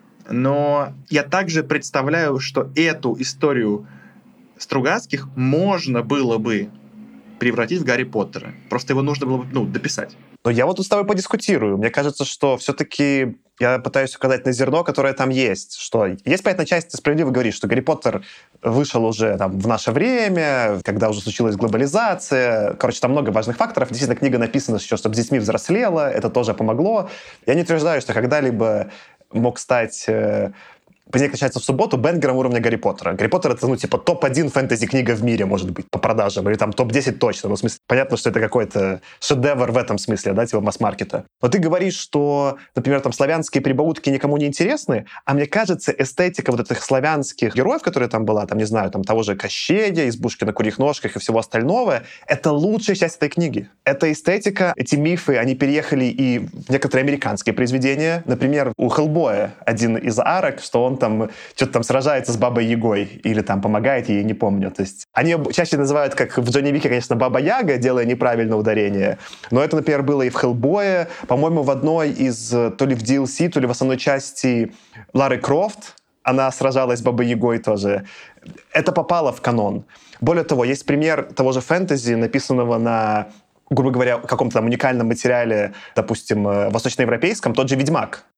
но я также представляю, что эту историю Стругацких можно было бы превратить в Гарри Поттера. Просто его нужно было бы, ну, дописать. Но я вот тут с тобой подискутирую. Мне кажется, что все-таки я пытаюсь указать на зерно, которое там есть. Что есть, понятная часть, ты справедливо говоришь, что Гарри Поттер вышел уже там, в наше время, когда уже случилась глобализация. Короче, там много важных факторов. Действительно, книга написана еще, чтобы с детьми взрослела. Это тоже помогло. Я не утверждаю, что когда-либо мог стать... Понедельник начинается в субботу бенгером уровня Гарри Поттера. Гарри Поттер — это, ну, типа, топ один фэнтези-книга в мире, может быть, по продажам, или там топ десять точно. Ну, в смысле, понятно, что это какой-то шедевр в этом смысле, да, типа масс-маркета. Но ты говоришь, что, например, там славянские прибаутки никому не интересны, а мне кажется, эстетика вот этих славянских героев, которые там была, там, не знаю, там, того же Кощея, избушки на курьих ножках и всего остального, это лучшая часть этой книги. Эта эстетика, эти мифы, они переехали и в некоторые американские произведения. Например, у Хеллбоя один из арок, что он там что-то там сражается с Бабой Ягой или там помогает ей, не помню. То есть они чаще называют, как в Джонни Вике, конечно, Баба Яга, делая неправильное ударение. Но это, например, было и в Хеллбое. По-моему, в одной из, то ли в ди эл си, то ли в основной части Лары Крофт она сражалась с Бабой Ягой тоже. Это попало в канон. Более того, есть пример того же фэнтези, написанного на, грубо говоря, каком-то там уникальном материале, допустим, восточноевропейском, тот же «Ведьмак».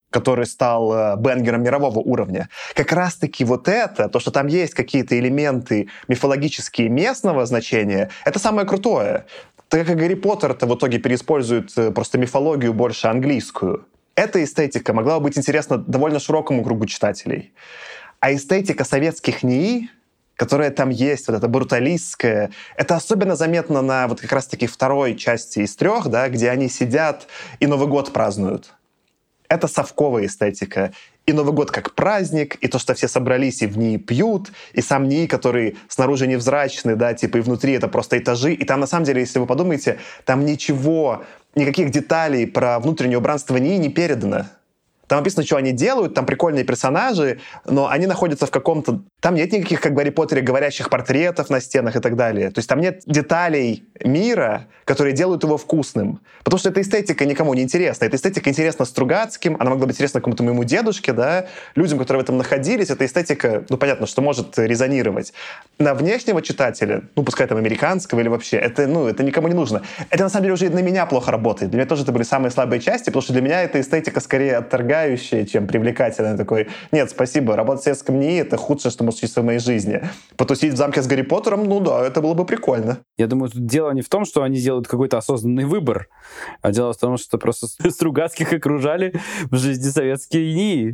который стал э, бенгером мирового уровня. Как раз-таки вот это, то, что там есть какие-то элементы мифологические местного значения, это самое крутое. Так как Гарри Поттер-то в итоге переиспользует э, просто мифологию больше английскую. Эта эстетика могла бы быть интересна довольно широкому кругу читателей. А эстетика советских НИИ, которая там есть, вот эта бруталистская, это особенно заметно на вот как раз-таки второй части из трех, да, где они сидят и Новый год празднуют. Это совковая эстетика. И Новый год как праздник, и то, что все собрались и в НИИ пьют, и сам НИИ, который снаружи невзрачный, да, типа и внутри это просто этажи. И там, на самом деле, если вы подумаете, там ничего, никаких деталей про внутреннее убранство НИИ не передано. Там написано, что они делают, там прикольные персонажи, но они находятся в каком-то... Там нет никаких, как в Гарри Поттере, говорящих портретов на стенах и так далее. То есть там нет деталей мира, которые делают его вкусным. Потому что эта эстетика никому не интересна. Эта эстетика интересна Стругацким, она могла быть интересна какому-то моему дедушке, да, людям, которые в этом находились. Эта эстетика, ну, понятно, что может резонировать. На внешнего читателя, ну, пускай там американского или вообще, это, ну, это никому не нужно. Это, на самом деле, уже и на меня плохо работает. Для меня тоже это были самые слабые части, потому что для меня эта эстетика скорее отторгающая, чем привлекательная. Такой, нет, спасибо, работать в советском НИИ — это худшее, что может случиться в моей жизни. Потусить в замке с Гарри Поттером, ну да, это было бы прикольно. Я думаю, тут дело не в том, что они делают какой-то осознанный выбор, а дело в том, что просто Стругацких окружали в жизни советские НИИ,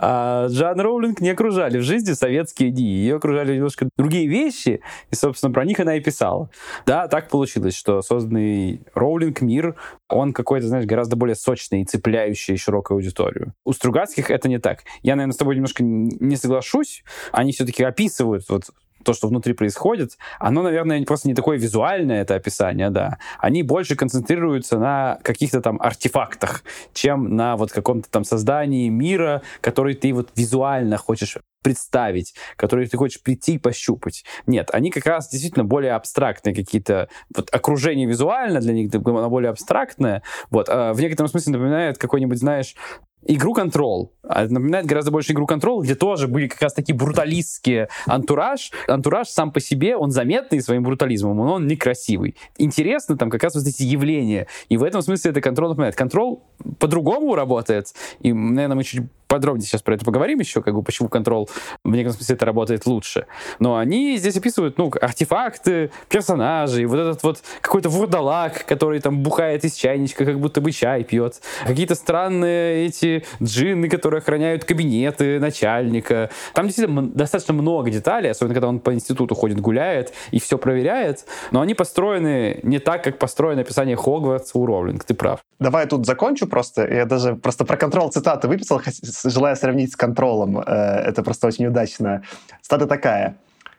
а Джоан Роулинг не окружали в жизни советские НИИ. Ее окружали немножко другие вещи, и, собственно, про них она и писала. Да, так получилось, что созданный Роулинг мир, он какой-то, знаешь, гораздо более сочный и цепляющий широкую аудиторию. У Стругацких это не так. Я, наверное, с тобой немножко не соглашусь. Они все-таки описывают вот то, что внутри происходит, оно, наверное, просто не такое визуальное, это описание, да. Они больше концентрируются на каких-то там артефактах, чем на вот каком-то там создании мира, который ты вот визуально хочешь представить, который ты хочешь прийти и пощупать. Нет, они как раз действительно более абстрактные какие-то, вот окружение визуально для них оно более абстрактное, вот, а в некотором смысле напоминает какой-нибудь, знаешь, игру Control. Напоминает гораздо больше игру Control, где тоже были как раз такие бруталистские антураж. Антураж сам по себе, он заметный своим брутализмом, но он некрасивый. Интересно там как раз вот эти явления. И в этом смысле это Control напоминает. Control по-другому работает. И, наверное, мы чуть подробнее сейчас про это поговорим еще, как бы почему Control в некотором смысле это работает лучше. Но они здесь описывают, ну, артефакты, персонажей, вот этот вот какой-то вурдалак, который там бухает из чайничка, как будто бы чай пьет. Какие-то странные эти джинны, которые охраняют кабинеты начальника. Там действительно достаточно много деталей, особенно когда он по институту ходит, гуляет и все проверяет. Но они построены не так, как построено описание Хогвартса у Роулинг. Ты прав. Давай я тут закончу просто. Я даже просто про Control цитаты выписал, желая сравнить с Контролом. Это просто очень удачно. Цитата такая.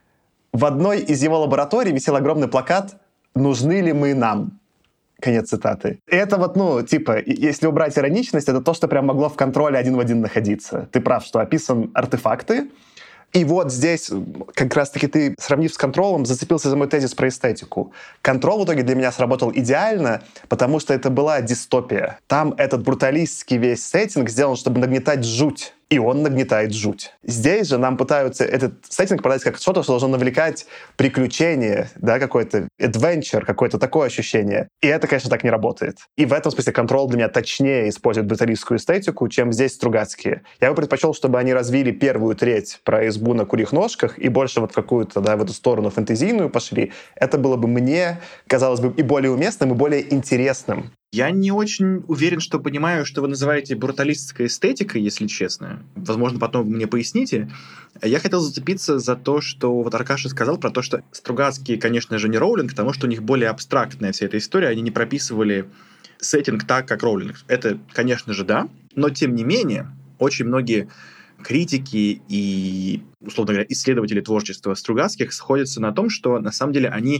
В одной из его лабораторий висел огромный плакат «Нужны ли мы нам?». Конец цитаты. И это вот, ну, типа, если убрать ироничность, это то, что прям могло в Контроле один в один находиться. Ты прав, что описан артефакты. И вот здесь как раз-таки ты, сравнив с Контролом, зацепился за мой тезис про эстетику. Контрол в итоге для меня сработал идеально, потому что это была дистопия. Там этот бруталистский весь сеттинг сделан, чтобы нагнетать жуть. И он нагнетает жуть. Здесь же нам пытаются этот сеттинг подать как что-то, что должно навлекать приключение, да, какой-то adventure, какое-то такое ощущение. И это, конечно, так не работает. И в этом смысле Control для меня точнее использует бруталистскую эстетику, чем здесь Стругацкие. Я бы предпочел, чтобы они развили первую треть про избу на курьих ножках и больше вот в какую-то, да, в эту сторону фэнтезийную пошли. Это было бы мне, казалось бы, и более уместным, и более интересным. Я не очень уверен, что понимаю, что вы называете бруталистской эстетикой, если честно. Возможно, потом вы мне поясните. Я хотел зацепиться за то, что вот Аркаша сказал про то, что Стругацкие, конечно же, не Роулинг, потому что у них более абстрактная вся эта история. Они не прописывали сеттинг так, как Роулинг. Это, конечно же, да. Но, тем не менее, очень многие критики и, условно говоря, исследователи творчества Стругацких сходятся на том, что, на самом деле, они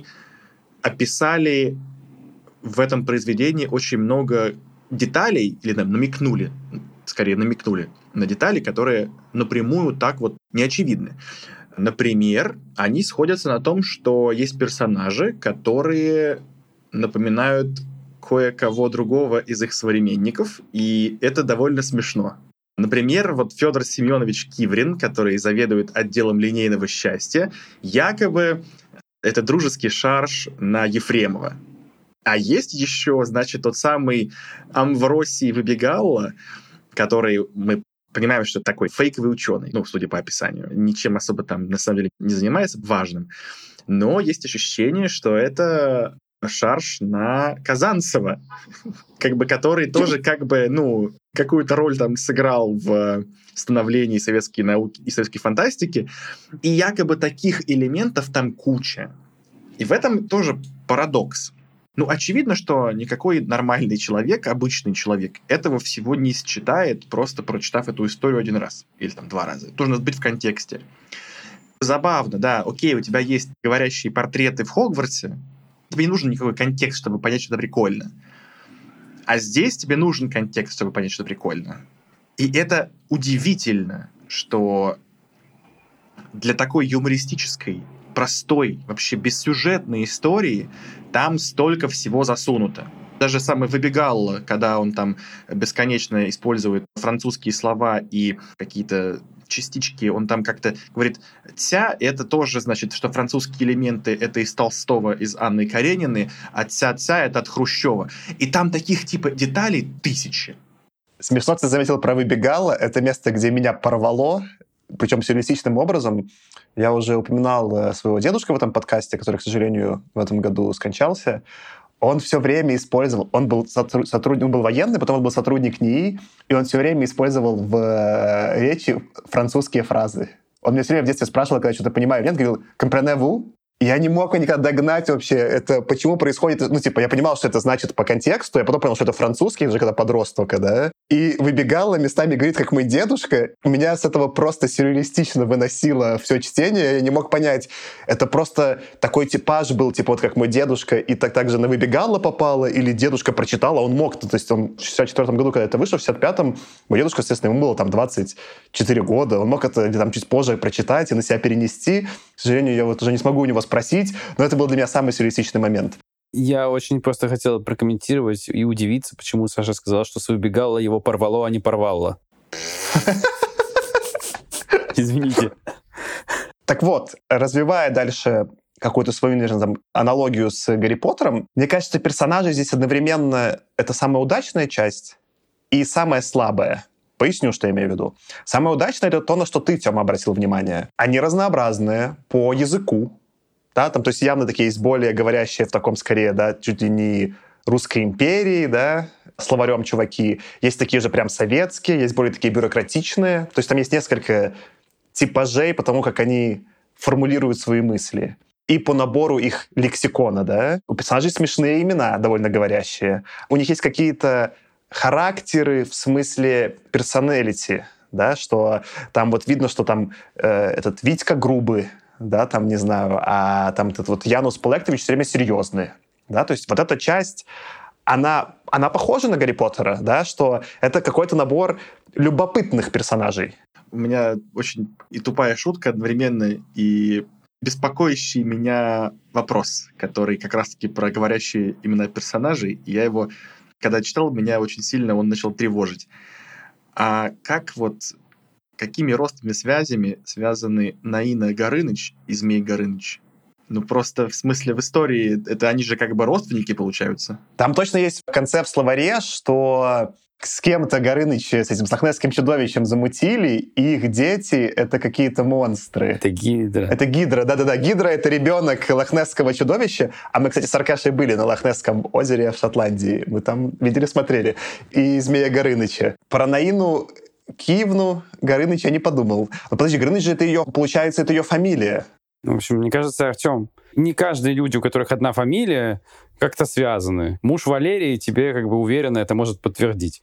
описали в этом произведении очень много деталей, или там, намекнули, скорее намекнули на детали, которые напрямую так вот не очевидны. Например, они сходятся на том, что есть персонажи, которые напоминают кое-кого другого из их современников, и это довольно смешно. Например, вот Федор Семенович Киврин, который заведует отделом линейного счастья, якобы это дружеский шарж на Ефремова. А есть еще, значит, тот самый Амвросий Выбегалла, который мы понимаем, что это такой фейковый ученый, ну, судя по описанию, ничем особо там на самом деле не занимается важным, но есть ощущение, что это шарж на Казанцева, как бы, который тоже как бы, ну, какую-то роль там сыграл в становлении советской науки и советской фантастики, и якобы таких элементов там куча. И в этом тоже парадокс. Ну, очевидно, что никакой нормальный человек, обычный человек, этого всего не считает, просто прочитав эту историю один раз. Или там два раза. Это должно быть в контексте. Забавно, да, окей, у тебя есть говорящие портреты в Хогвартсе, тебе не нужен никакой контекст, чтобы понять, что это прикольно. А здесь тебе нужен контекст, чтобы понять, что это прикольно. И это удивительно, что для такой юмористической, простой, вообще бессюжетной истории там столько всего засунуто. Даже самый Выбегал, когда он там бесконечно использует французские слова и какие-то частички, он там как-то говорит, «тя» — это тоже значит, что французские элементы — это из Толстого, из Анны Карениной, а «тя-тя» — это от Хрущева. И там таких типа деталей тысячи. Смешно ты заметил про Выбегала. Это место, где меня порвало, причем сюрреалистичным образом. Я уже упоминал своего дедушку в этом подкасте, который, к сожалению, в этом году скончался. Он все время использовал... Он был, сотрудник, он был военный, потом он был сотрудник НИИ, и он все время использовал в речи французские фразы. Он меня все время в детстве спрашивал, когда я что-то понимаю, нет, говорил «comprenez-vous?». Я не мог никогда догнать вообще, это почему происходит... Ну, типа, я понимал, что это значит по контексту, я потом понял, что это французский, уже когда подрос только, да. И Выбегала местами говорит, как мой дедушка. Меня с этого просто сюрреалистично выносило все чтение. Я не мог понять, это просто такой типаж был, типа, вот как мой дедушка, и так, так же на Выбегала попало, или дедушка прочитал, а он мог. То есть он в шестьдесят четвёртом году, когда это вышло, в шестьдесят пятом мой дедушка, естественно, ему было там двадцать четыре года. Он мог это там чуть позже прочитать и на себя перенести. К сожалению, я вот уже не смогу у него спросить, но это был для меня самый сюрреалистичный момент. Я очень просто хотел прокомментировать и удивиться, почему Саша сказал, что с Выбегала его порвало, а не порвало. Извините. Так вот, развивая дальше какую-то свою, наверное, там, аналогию с Гарри Поттером, мне кажется, персонажи здесь одновременно это самая удачная часть и самая слабая. Поясню, что я имею в виду. Самое удачное — это то, на что ты, Тёма, обратил внимание. Они разнообразные по языку. Да, там, то есть явно такие есть более говорящие в таком, скорее, да, чуть ли не русской империи, да, словарем чуваки. Есть такие же прям советские, есть более такие бюрократичные. То есть там есть несколько типажей по тому, как они формулируют свои мысли. И по набору их лексикона, да. У персонажей смешные имена, довольно говорящие. У них есть какие-то характеры в смысле персоналити, да, что там вот видно, что там э, этот Витька грубый, да, там, не знаю, а там этот вот Янус Полектович все время серьезный, да, то есть вот эта часть, она, она похожа на Гарри Поттера, да, что это какой-то набор любопытных персонажей. У меня очень и тупая шутка одновременно, и беспокоящий меня вопрос, который как раз-таки про говорящие имена персонажей, и я его, когда читал, меня очень сильно он начал тревожить. А как вот... Какими родственными связями связаны Наина Горыныч и Змей Горыныч? Ну, просто в смысле в истории, это они же как бы родственники получаются. Там точно есть концепт в словаре, что с кем-то Горыныч, с этим лохнесским чудовищем замутили, и их дети — это какие-то монстры. Это гидра. Это гидра, да-да-да. Гидра — это ребенок лохнесского чудовища. А мы, кстати, с Аркашей были на Лохнесском озере в Шотландии. Мы там видели, смотрели. И Змея Горыныча. Про Наину Киевну Горыныч я не подумал. Но подожди, Горыныч же это ее, получается, это ее фамилия. В общем, мне кажется, Артем, не каждые люди, у которых одна фамилия, как-то связаны. Муж Валерии тебе, как бы уверенно, это может подтвердить.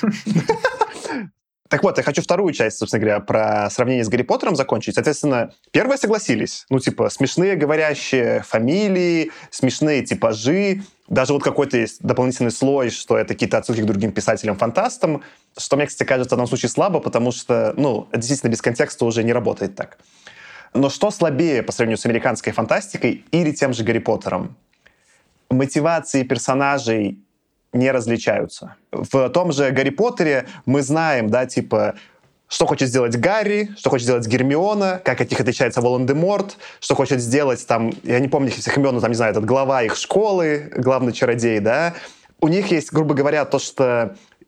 Так вот, я хочу вторую часть, собственно говоря, про сравнение с Гарри Поттером закончить. Соответственно, первые согласились. Ну, типа, смешные говорящие фамилии, смешные типажи. Даже вот какой-то есть дополнительный слой, что это какие-то отсылки к другим писателям-фантастам, что мне, кстати, кажется в данном случае слабо, потому что, ну, это действительно без контекста уже не работает так. Но что слабее по сравнению с американской фантастикой или тем же Гарри Поттером? Мотивации персонажей не различаются. В том же Гарри Поттере мы знаем, да, типа, что хочет сделать Гарри, что хочет сделать Гермиона, как от них отличается Волан-де-Морт, что хочет сделать там, я не помню их всех имен, но там, не знаю, этот глава их школы, главный чародей, да. У них есть, грубо говоря, то, что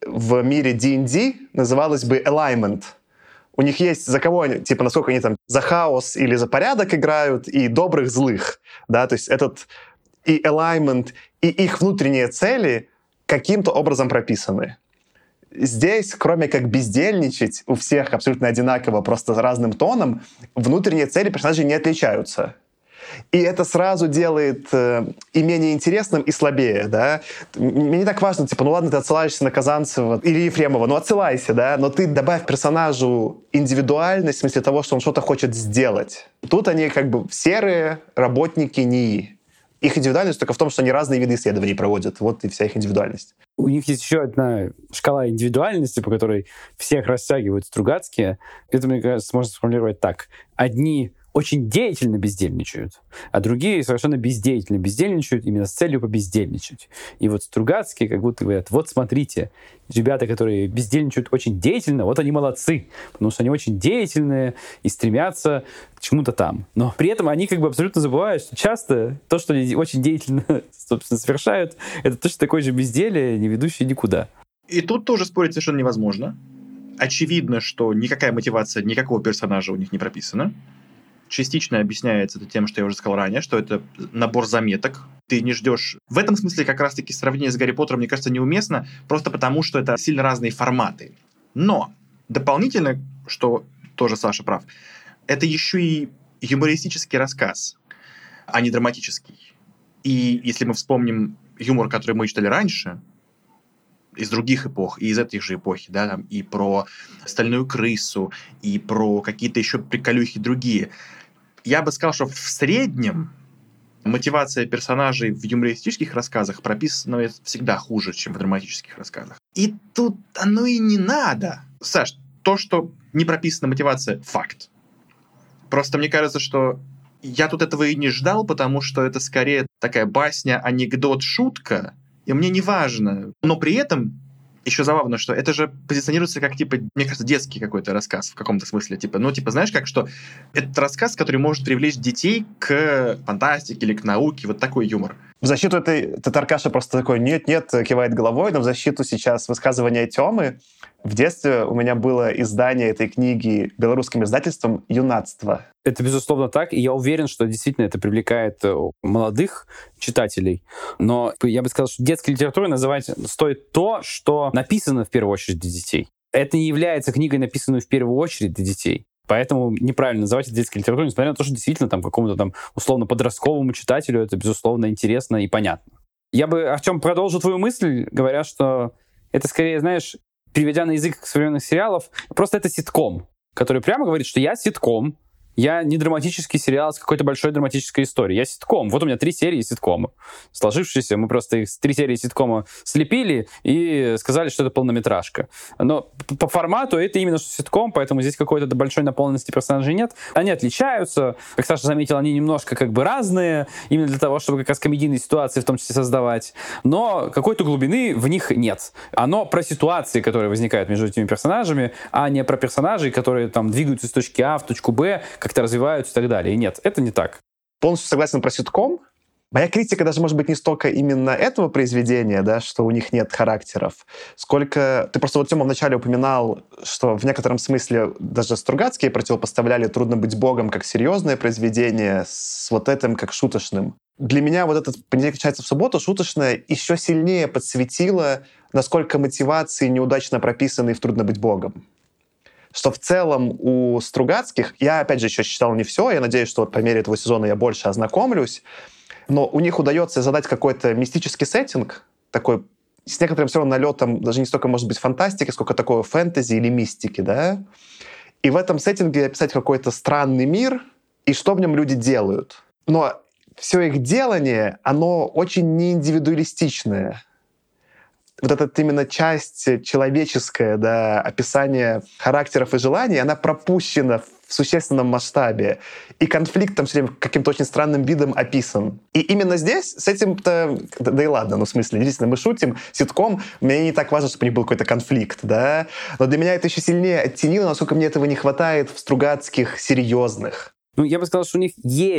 в мире ди энд ди называлось бы alignment. У них есть за кого они, типа, насколько они там за хаос или за порядок играют, и добрых, злых, да, то есть этот и alignment, и их внутренние цели каким-то образом прописаны. Здесь, кроме как бездельничать, у всех абсолютно одинаково, просто с разным тоном, внутренние цели персонажей не отличаются. И это сразу делает э, и менее интересным, и слабее, да. Мне не так важно, типа, ну ладно, ты отсылаешься на Казанцева или Ефремова, ну отсылайся, да, но ты добавь персонажу индивидуальность в смысле того, что он что-то хочет сделать. Тут они как бы серые работники НИИ. Их индивидуальность только в том, что они разные виды исследований проводят. Вот и вся их индивидуальность. У них есть еще одна шкала индивидуальности, по которой всех растягивают Стругацкие. Это, мне кажется, можно сформулировать так. Одни очень деятельно бездельничают, а другие совершенно бездеятельно бездельничают именно с целью побездельничать. И вот Стругацкие как будто говорят, вот смотрите, ребята, которые бездельничают очень деятельно, вот они молодцы, потому что они очень деятельные и стремятся к чему-то там. Но при этом они как бы абсолютно забывают, что часто то, что они очень деятельно, собственно, совершают, это точно такое же безделье, не ведущее никуда. И тут тоже спорить совершенно невозможно. Очевидно, что никакая мотивация никакого персонажа у них не прописана. Частично объясняется это тем, что я уже сказал ранее, что это набор заметок. Ты не ждешь... В этом смысле как раз-таки сравнение с Гарри Поттером, мне кажется, неуместно, просто потому, что это сильно разные форматы. Но дополнительно, что тоже Саша прав, это еще и юмористический рассказ, а не драматический. И если мы вспомним юмор, который мы читали раньше, из других эпох, и из этих же эпохи, да, там, и про «Стальную крысу», и про какие-то еще приколюхи другие. Я бы сказал, что в среднем мотивация персонажей в юмористических рассказах прописана всегда хуже, чем в драматических рассказах. И тут оно и не надо. Саш, то, что не прописана мотивация, факт. Просто мне кажется, что я тут этого и не ждал, потому что это скорее такая басня, анекдот, шутка, и мне не важно. Но при этом еще забавно, что это же позиционируется как, типа, мне кажется, детский какой-то рассказ в каком-то смысле. Типа, ну, типа, знаешь, как, что это рассказ, который может привлечь детей к фантастике или к науке, вот такой юмор. В защиту этой Татаркаша просто такой «нет-нет», кивает головой, но в защиту сейчас высказывания Тёмы. В детстве у меня было издание этой книги белорусским издательством «Юнацтво». Это, безусловно, так, и я уверен, что действительно это привлекает молодых читателей. Но я бы сказал, что детской литературой называть стоит то, что написано в первую очередь для детей. Это не является книгой, написанной в первую очередь для детей. Поэтому неправильно называть это детской литературой, несмотря на то, что действительно там какому-то там условно-подростковому читателю это, безусловно, интересно и понятно. Я бы, Артем, продолжу твою мысль, говоря, что это скорее, знаешь, переведя на язык современных сериалов, просто это ситком, который прямо говорит, что я ситком, я не драматический сериал с какой-то большой драматической историей. Я ситком. Вот у меня три серии ситкома. Сложившиеся, мы просто их три серии ситкома слепили и сказали, что это полнометражка. Но по формату это именно что ситком, поэтому здесь какой-то большой наполненности персонажей нет. Они отличаются. Как Саша заметил, они немножко как бы разные, именно для того, чтобы как раз комедийные ситуации в том числе создавать. Но какой-то глубины в них нет. Оно про ситуации, которые возникают между этими персонажами, а не про персонажей, которые там двигаются из точки А в точку Б, как-то развиваются и так далее. И нет, это не так. Полностью согласен про ситком. Моя критика даже может быть не столько именно этого произведения, да, что у них нет характеров, сколько... Ты просто вот, Тёма, вначале упоминал, что в некотором смысле даже Стругацкие противопоставляли «Трудно быть богом» как серьезное произведение с вот этим как шуточным. Для меня вот этот «Понедельник начинается в субботу» шуточное еще сильнее подсветило, насколько мотивации неудачно прописаны в «Трудно быть богом». Что в целом у Стругацких, я, опять же, еще читал не все, я надеюсь, что вот по мере этого сезона я больше ознакомлюсь, но у них удается задать какой-то мистический сеттинг, такой с некоторым все равно налетом, даже не столько, может быть, фантастики, сколько такого фэнтези или мистики, да? И в этом сеттинге описать какой-то странный мир, и что в нем люди делают. Но все их делание, оно очень неиндивидуалистичное. Вот эта именно часть человеческая, да, описание характеров и желаний, она пропущена в существенном масштабе. И конфликт там все время каким-то очень странным видом описан. И именно здесь с этим-то... Да, да и ладно, ну в смысле, действительно, мы шутим, ситком, мне не так важно, чтобы у них был какой-то конфликт, да. Но для меня это еще сильнее оттенило, насколько мне этого не хватает в Стругацких серьезных. Ну, я бы сказал, что у них есть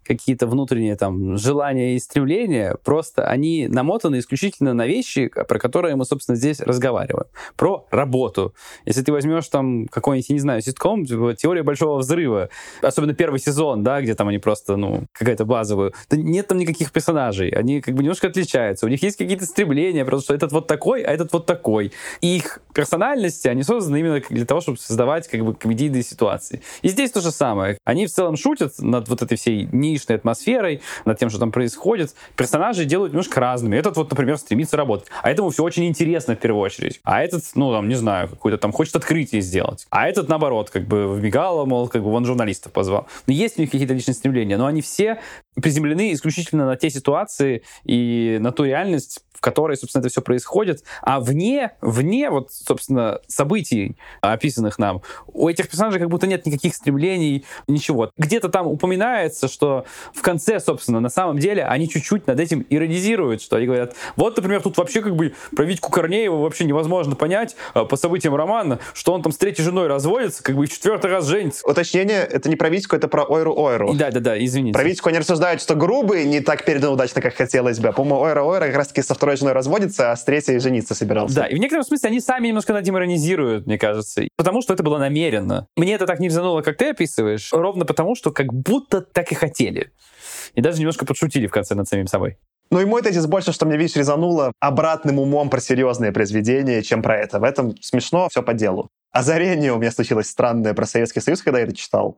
какие-то внутренние там желания и стремления, просто они намотаны исключительно на вещи, про которые мы, собственно, здесь разговариваем. Про работу. Если ты возьмешь там какой-нибудь, я не знаю, ситком, типа «Теория большого взрыва», особенно первый сезон, да, где там они просто, ну, какая-то базовая, да нет там никаких персонажей, они как бы немножко отличаются, у них есть какие-то стремления, просто что этот вот такой, а этот вот такой. И их персональности, они созданы именно для того, чтобы создавать как бы комедийные ситуации. И здесь то же самое. Они в целом шутят над вот этой всей нишной атмосферой, над тем, что там происходит. Персонажи делают немножко разными. Этот вот, например, стремится работать. А этому все очень интересно в первую очередь. А этот, ну, там, не знаю, какой-то там хочет открытие сделать. А этот, наоборот, как бы вбегал, мол, как бы он журналистов позвал. Но есть у них какие-то личные стремления, но они все приземлены исключительно на те ситуации и на ту реальность, в которой, собственно, это все происходит. А вне, вне вот, собственно, событий, описанных нам, у этих персонажей как будто нет никаких стремлений, ничего. Где-то там упоминается, что в конце, собственно, на самом деле они чуть-чуть над этим иронизируют, что они говорят, вот, например, тут вообще как бы про Витьку Корнеева вообще невозможно понять по событиям романа, что он там с третьей женой разводится, как бы и в четвертый раз женится. Уточнение, это не про Витьку, это про Ойру-Ойру. Да-да-да, извините. Про Витьку они рассуждают, что грубый не так передан удачно, как хотелось бы. По-моему, Ойра-Ойра как раз-таки со второй женой разводится, а с третьей жениться собирался. Да, и в некотором смысле они сами немножко над этим иронизируют, мне кажется. Потому что это было намеренно. Мне это так не резануло, как ты описываешь, ровно потому, что как будто так и хотели. И даже немножко подшутили в конце над самим собой. Ну и мой тезис больше, что мне, видишь, резануло обратным умом про серьезные произведения, чем про это. В этом смешно, все по делу. Озарение у меня случилось странное про Советский Союз, когда я это читал.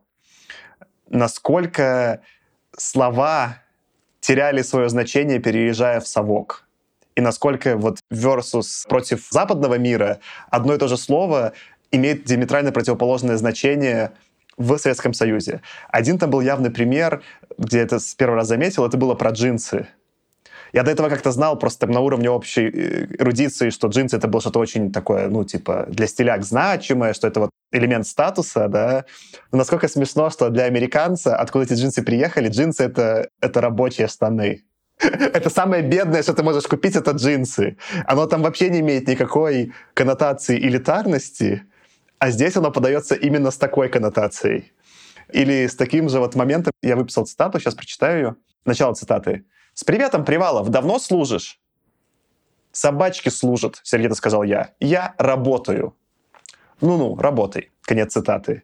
Насколько слова теряли свое значение, переезжая в совок. И насколько вот versus против западного мира одно и то же слово имеет диаметрально противоположное значение в Советском Союзе. Один там был явный пример, где это с первого раза заметил, это было про джинсы. Я до этого как-то знал просто на уровне общей эрудиции, что джинсы — это было что-то очень такое, ну, типа, для стиляк значимое, что это вот элемент статуса, да. Но насколько смешно, что для американца, откуда эти джинсы приехали, джинсы — это, это рабочие штаны. Это самое бедное, что ты можешь купить, это джинсы. Оно там вообще не имеет никакой коннотации элитарности, а здесь оно подается именно с такой коннотацией. Или с таким же вот моментом. Я выписал цитату, сейчас прочитаю ее. Начало цитаты. «С приветом, Привалов, давно служишь?» «Собачки служат», — сердито сказал я. «Я работаю». «Ну-ну, работай». Конец цитаты.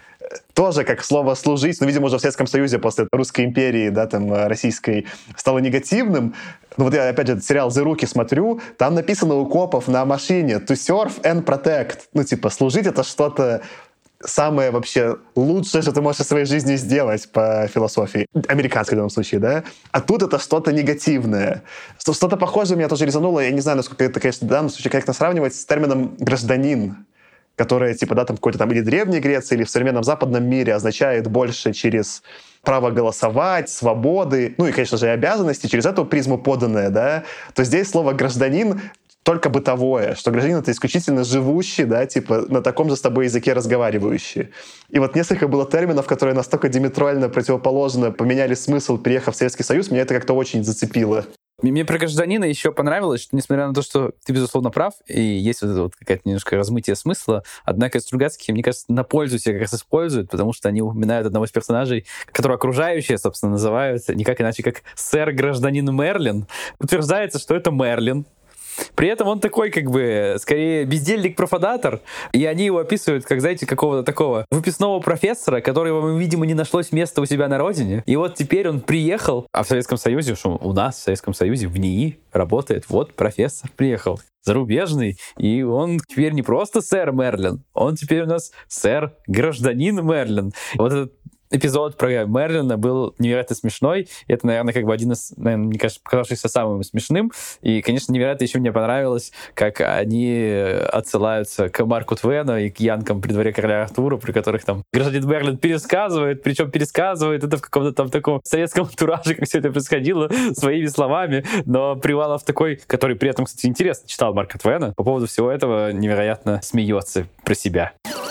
Тоже как слово «служить», ну, видимо, уже в Советском Союзе после Русской империи, да, там, российской, стало негативным. Ну, вот я, опять же, этот сериал «The Rookie» смотрю, там написано у копов на машине «to serve and protect». Ну, типа, служить — это что-то самое вообще лучшее, что ты можешь в своей жизни сделать по философии. Американской в данном случае, да? А тут это что-то негативное. Что-то похожее меня тоже резануло. Я не знаю, насколько это, конечно, в данном случае корректно сравнивать с термином «гражданин», которое, типа, да, там какой-то там или Древней Греции, или в современном западном мире означает больше через право голосовать, свободы, ну и, конечно же, и обязанности, через эту призму поданное, да, то здесь слово «гражданин» только бытовое, что гражданин — это исключительно живущий, да, типа на таком же с тобой языке разговаривающий. И вот несколько было терминов, которые настолько диаметрально противоположно поменяли смысл, приехав в Советский Союз, меня это как-то очень зацепило. Мне про гражданина еще понравилось, что, несмотря на то, что ты, безусловно, прав, и есть вот это вот какая-то немножко размытие смысла, однако Стругацкие, мне кажется, на пользу себе как раз используют, потому что они упоминают одного из персонажей, которого окружающие, собственно, называют никак иначе, как сэр-гражданин Мерлин. Утверждается, что это Мерлин. При этом он такой, как бы, скорее, бездельник-профанатор, и они его описывают как, знаете, какого-то такого выписного профессора, которого, видимо, не нашлось места у себя на родине. И вот теперь он приехал, а в Советском Союзе, что у нас в Советском Союзе в НИИ работает, вот профессор приехал, зарубежный, и он теперь не просто сэр Мерлин, он теперь у нас сэр-гражданин Мерлин. Вот этот эпизод про Мерлина был невероятно смешной. И это, наверное, как бы один из, наверное, мне кажется, показавшихся самым смешным. И, конечно, невероятно еще мне понравилось, как они отсылаются к Марку Твену и к янкам при дворе короля Артура, при которых там гражданин Мерлин пересказывает, причем пересказывает это в каком-то там таком советском антураже, как все это происходило, своими словами. Но Привалов такой, который при этом, кстати, интересно читал Марка Твена, по поводу всего этого невероятно смеется про себя.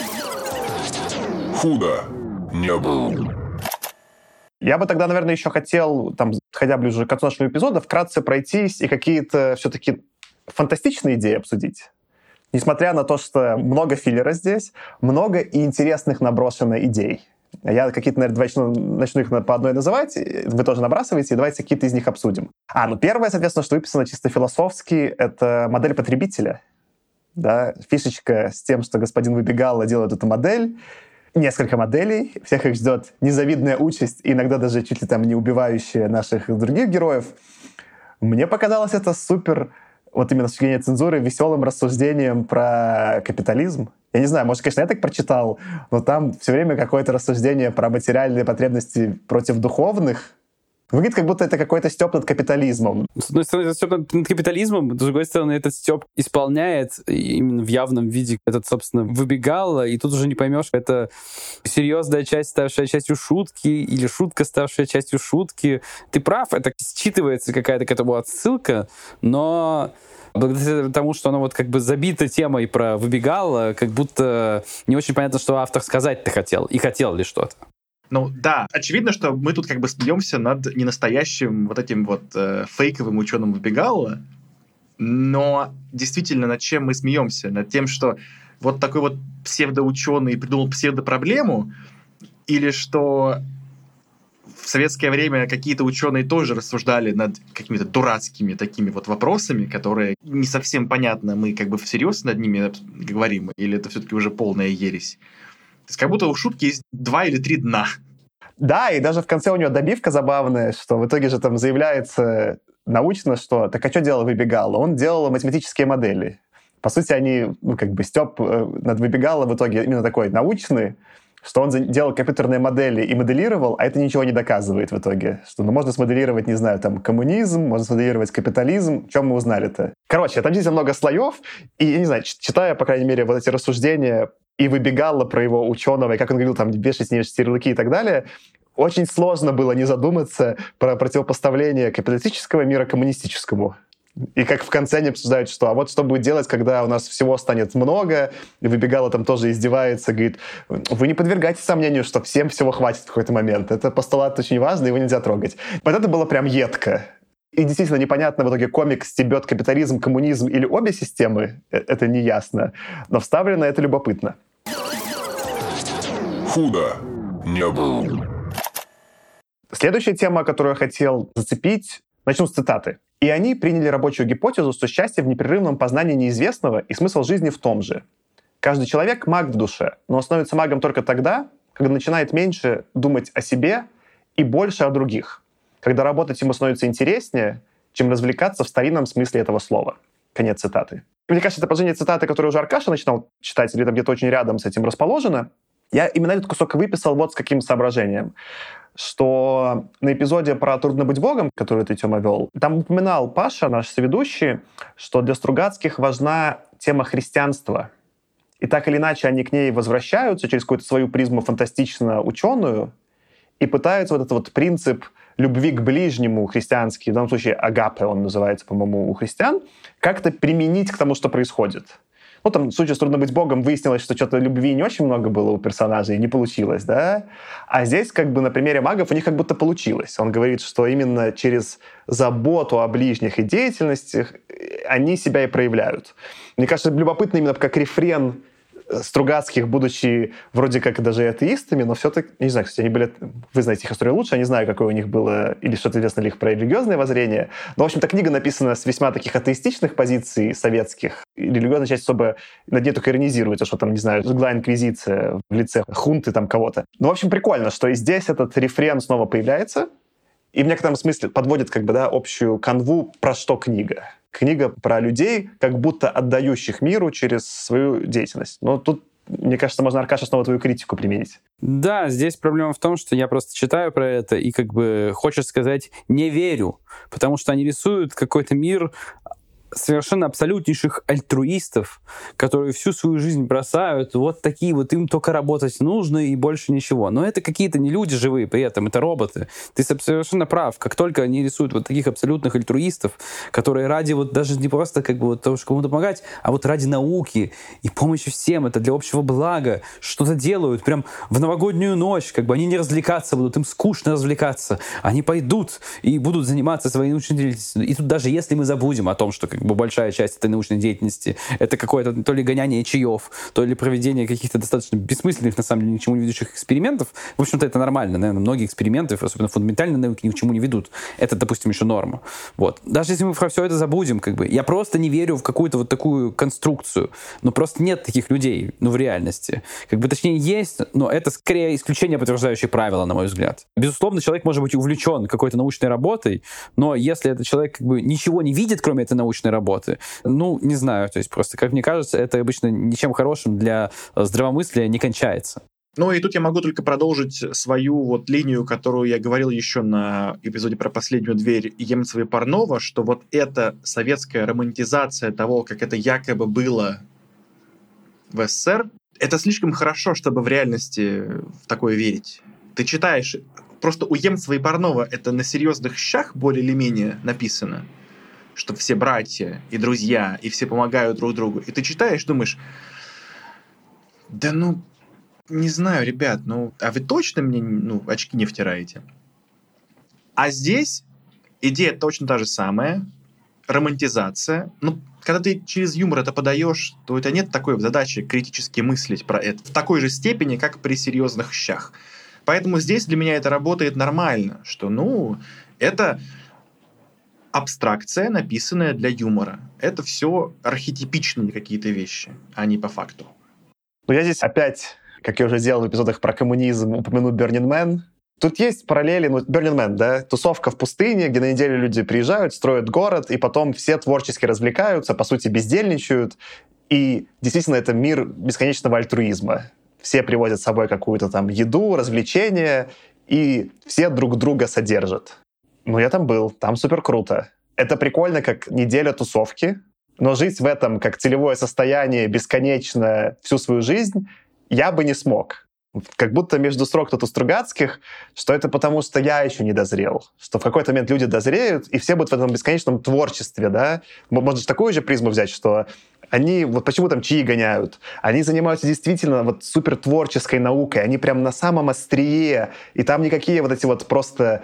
Худо не было. Я бы тогда, наверное, еще хотел, там, ходя ближе к концу нашего эпизода, вкратце пройтись и какие-то все-таки фантастичные идеи обсудить. Несмотря на то, что много филлера здесь, много и интересных наброшено идей. Я какие-то, наверное, начну, начну их по одной называть, вы тоже набрасываете, и давайте какие-то из них обсудим. А, ну первое, соответственно, что выписано чисто философски, это модель потребителя. Да? Фишечка с тем, что господин Выбегало делает эту модель, несколько моделей, всех их ждет незавидная участь, иногда даже чуть ли там не убивающая наших других героев. Мне показалось это супер, вот именно с точки зрения цензуры, веселым рассуждением про капитализм. Я не знаю, может, конечно, я так прочитал, но там все время какое-то рассуждение про материальные потребности против духовных. Выглядит, как будто это какой-то стёб над капитализмом. С одной стороны, это стёб над, над капитализмом, с другой стороны, этот стёб исполняет именно в явном виде этот, собственно, Выбегало, и тут уже не поймешь, это серьезная часть, ставшая частью шутки, или шутка, ставшая частью шутки. Ты прав, это считывается какая-то к этому отсылка, но благодаря тому, что оно вот как бы забито темой про Выбегало, как будто не очень понятно, что автор сказать-то хотел, и хотел ли что-то. Ну да, очевидно, что мы тут как бы смеемся над ненастоящим вот этим вот э, фейковым ученым Выбегало, но действительно над чем мы смеемся? Над тем, что вот такой вот псевдоученый придумал псевдопроблему, или что в советское время какие-то ученые тоже рассуждали над какими-то дурацкими такими вот вопросами, которые не совсем понятно, мы как бы всерьез над ними говорим, или это все-таки уже полная ересь. То есть как будто у шутки есть два или три дна. Да, и даже в конце у него добивка забавная, что в итоге же там заявляется научно, что так а что делал Выбегало? Он делал математические модели. По сути, они, ну, как бы стёб над Выбегало в итоге именно такой научный, что он делал компьютерные модели и моделировал, а это ничего не доказывает в итоге. Что ну, можно смоделировать, не знаю, там, коммунизм, можно смоделировать капитализм. Чем мы узнали-то? Короче, там действительно много слоев, и, я не знаю, читая, по крайней мере, вот эти рассуждения и Выбегало про его ученого, и как он говорил, там, вешать с ней ярлыки и так далее, очень сложно было не задуматься про противопоставление капиталистического мира коммунистическому. И как в конце они обсуждают, что а вот что будет делать, когда у нас всего станет много, и Выбегало там тоже издевается, говорит, вы не подвергайте сомнению, что всем всего хватит в какой-то момент. Это постулат очень важный, его нельзя трогать. Вот это было прям едко. И действительно непонятно, в итоге комик стебет капитализм, коммунизм или обе системы, это не ясно. Но вставлено это любопытно. Худо не было. Следующая тема, которую я хотел зацепить, начну с цитаты. «И они приняли рабочую гипотезу, что счастье в непрерывном познании неизвестного и смысл жизни в том же. Каждый человек маг в душе, но он становится магом только тогда, когда начинает меньше думать о себе и больше о других. Когда работать ему становится интереснее, чем развлекаться в старинном смысле этого слова». Конец цитаты. Мне кажется, это продолжение цитаты, которую уже Аркаша начинал читать, или там где-то очень рядом с этим расположено. Я именно этот кусок выписал вот с каким соображением. Что на эпизоде про «Трудно быть богом», который ты, Тёма, вел, там упоминал Паша, наш соведущий, что для Стругацких важна тема христианства. И так или иначе они к ней возвращаются через какую-то свою призму фантастично-ученую и пытаются вот этот вот принцип любви к ближнему христианский, в данном случае агапе он называется, по-моему, у христиан, как-то применить к тому, что происходит. Ну, там, в случае с «Трудно быть богом» выяснилось, что что-то любви не очень много было у персонажей, не получилось, да? А здесь, как бы, на примере магов у них как будто получилось. Он говорит, что именно через заботу о ближних и деятельностях они себя и проявляют. Мне кажется, любопытно именно как рефрен Стругацких, будучи вроде как даже атеистами, но все-таки, не знаю, кстати, они были, вы знаете их историю лучше, я не знаю, какое у них было, или что-то известно ли их про религиозное воззрение, но, в общем-то, книга написана с весьма таких атеистичных позиций советских, и религиозная часть особо над ней только иронизируется, что там, не знаю, жгла инквизиция в лице хунты там кого-то. Ну, в общем, прикольно, что и здесь этот рефрен снова появляется, и в некотором смысле подводит, как бы, да, общую канву, про что книга. Книга про людей, как будто отдающих миру через свою деятельность. Но тут, мне кажется, можно, Аркаша, снова твою критику применить. Да, здесь проблема в том, что я просто читаю про это и, как бы, хочется сказать, не верю, потому что они рисуют какой-то мир совершенно абсолютнейших альтруистов, которые всю свою жизнь бросают, вот такие вот, им только работать нужно и больше ничего. Но это какие-то не люди живые при этом, это роботы. Ты совершенно прав. Как только они рисуют вот таких абсолютных альтруистов, которые ради вот даже не просто как бы вот того, чтобы кому-то помогать, а вот ради науки и помощи всем, это для общего блага, что-то делают прям в новогоднюю ночь, как бы они не развлекаться будут, им скучно развлекаться. Они пойдут и будут заниматься своей научной деятельностью. И тут даже если мы забудем о том, что как как бы большая часть этой научной деятельности — это какое-то то ли гоняние чаев, то ли проведение каких-то достаточно бессмысленных, на самом деле, ни к чему не ведущих экспериментов. В общем-то, это нормально. Наверное, многие эксперименты, особенно фундаментальные науки, ни к чему не ведут. Это, допустим, еще норма. Вот. Даже если мы про все это забудем, как бы, я просто не верю в какую-то вот такую конструкцию. Но просто нет таких людей, ну, в реальности. Как бы, точнее, есть, но это скорее исключение, подтверждающее правила, на мой взгляд. Безусловно, человек может быть увлечен какой-то научной работой, но если этот человек как бы ничего не видит, кроме этой научной работы, ну, не знаю, то есть просто, как мне кажется, это обычно ничем хорошим для здравомыслия не кончается. Ну и тут я могу только продолжить свою вот линию, которую я говорил еще на эпизоде про «Последнюю дверь» Емцева и Парнова, что вот эта советская романтизация того, как это якобы было в СССР, это слишком хорошо, чтобы в реальности в такое верить. Ты читаешь, просто у Емцева и Парнова это на серьезных щах более или менее написано, что все братья и друзья, и все помогают друг другу. И ты читаешь, думаешь, да ну... Не знаю, ребят, ну, а вы точно мне ну, очки не втираете? А здесь идея точно та же самая, романтизация. Ну, когда ты через юмор это подаешь, то у тебя нет такой задачи критически мыслить про это в такой же степени, как при серьезных щах. Поэтому здесь для меня это работает нормально, что, ну, это абстракция, написанная для юмора. Это все архетипичные какие-то вещи, а не по факту. Ну, я здесь опять... как я уже делал в эпизодах про коммунизм, упомяну Burning Man. Тут есть параллели, ну, Burning Man, да, тусовка в пустыне, где на неделю люди приезжают, строят город, и потом все творчески развлекаются, по сути, бездельничают. И действительно, это мир бесконечного альтруизма. Все привозят с собой какую-то там еду, развлечения, и все друг друга содержат. Ну, я там был, там супер круто. Это прикольно, как неделя тусовки, но жить в этом как целевое состояние бесконечно всю свою жизнь я бы не смог. Как будто между строк тут у Стругацких, что это потому, что я еще не дозрел. Что в какой-то момент люди дозреют, и все будут в этом бесконечном творчестве, да? Можно же такую же призму взять, что они, вот почему там чаи гоняют? Они занимаются действительно вот супер творческой наукой, они прям на самом острие, и там никакие вот эти вот просто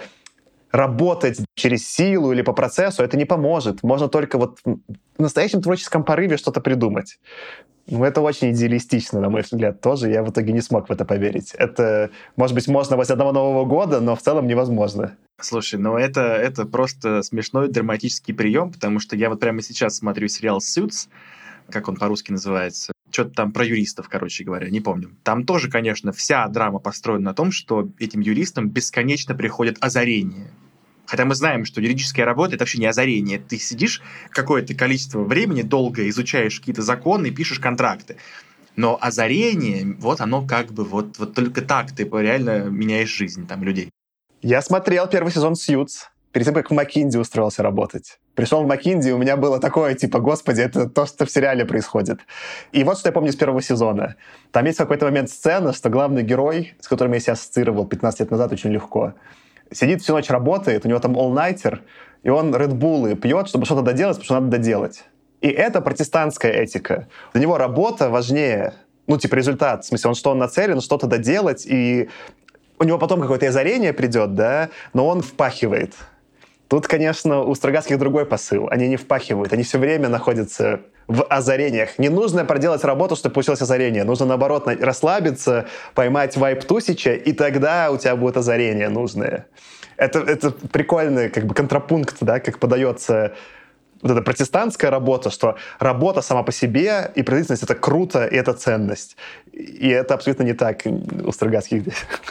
работать через силу или по процессу, это не поможет. Можно только вот в настоящем творческом порыве что-то придумать. Ну, это очень идеалистично, на мой взгляд, тоже. Я в итоге не смог в это поверить. Это, может быть, можно возле одного Нового года, но в целом невозможно. Слушай, ну это, это просто смешной драматический прием, потому что я вот прямо сейчас смотрю сериал Suits, как он по-русски называется, что-то там про юристов, короче говоря, не помню. Там тоже, конечно, вся драма построена на том, что этим юристам бесконечно приходят озарения. Хотя мы знаем, что юридическая работа — это вообще не озарение. Ты сидишь какое-то количество времени, долго изучаешь какие-то законы, пишешь контракты. Но озарение, вот оно как бы, вот, вот только так ты реально меняешь жизнь там людей. Я смотрел первый сезон Suits перед тем, как в Маккинзи устроился работать. Пришел в Маккинзи, и у меня было такое, типа, господи, это то, что в сериале происходит. И вот что я помню с первого сезона. Там есть в какой-то момент сцена, что главный герой, с которым я себя ассоциировал пятнадцать лет назад очень легко, сидит всю ночь, работает, у него там all-найтер, и он Red Bull пьет, чтобы что-то доделать, потому что надо доделать. И это протестантская этика. Для него работа важнее. Ну, типа результат. В смысле, он что он нацелен, что-то доделать, и у него потом какое-то озарение придет, да, но он впахивает. Тут, конечно, у Стругацких другой посыл. Они не впахивают, они все время находятся в озарениях. Не нужно проделать работу, чтобы получилось озарение. Нужно, наоборот, расслабиться, поймать вайб тусича, и тогда у тебя будет озарение нужное. Это, это прикольный как бы контрапункт, да, как подается вот эта протестантская работа, что работа сама по себе и производительность — это круто, и это ценность. И это абсолютно не так у Стругацких.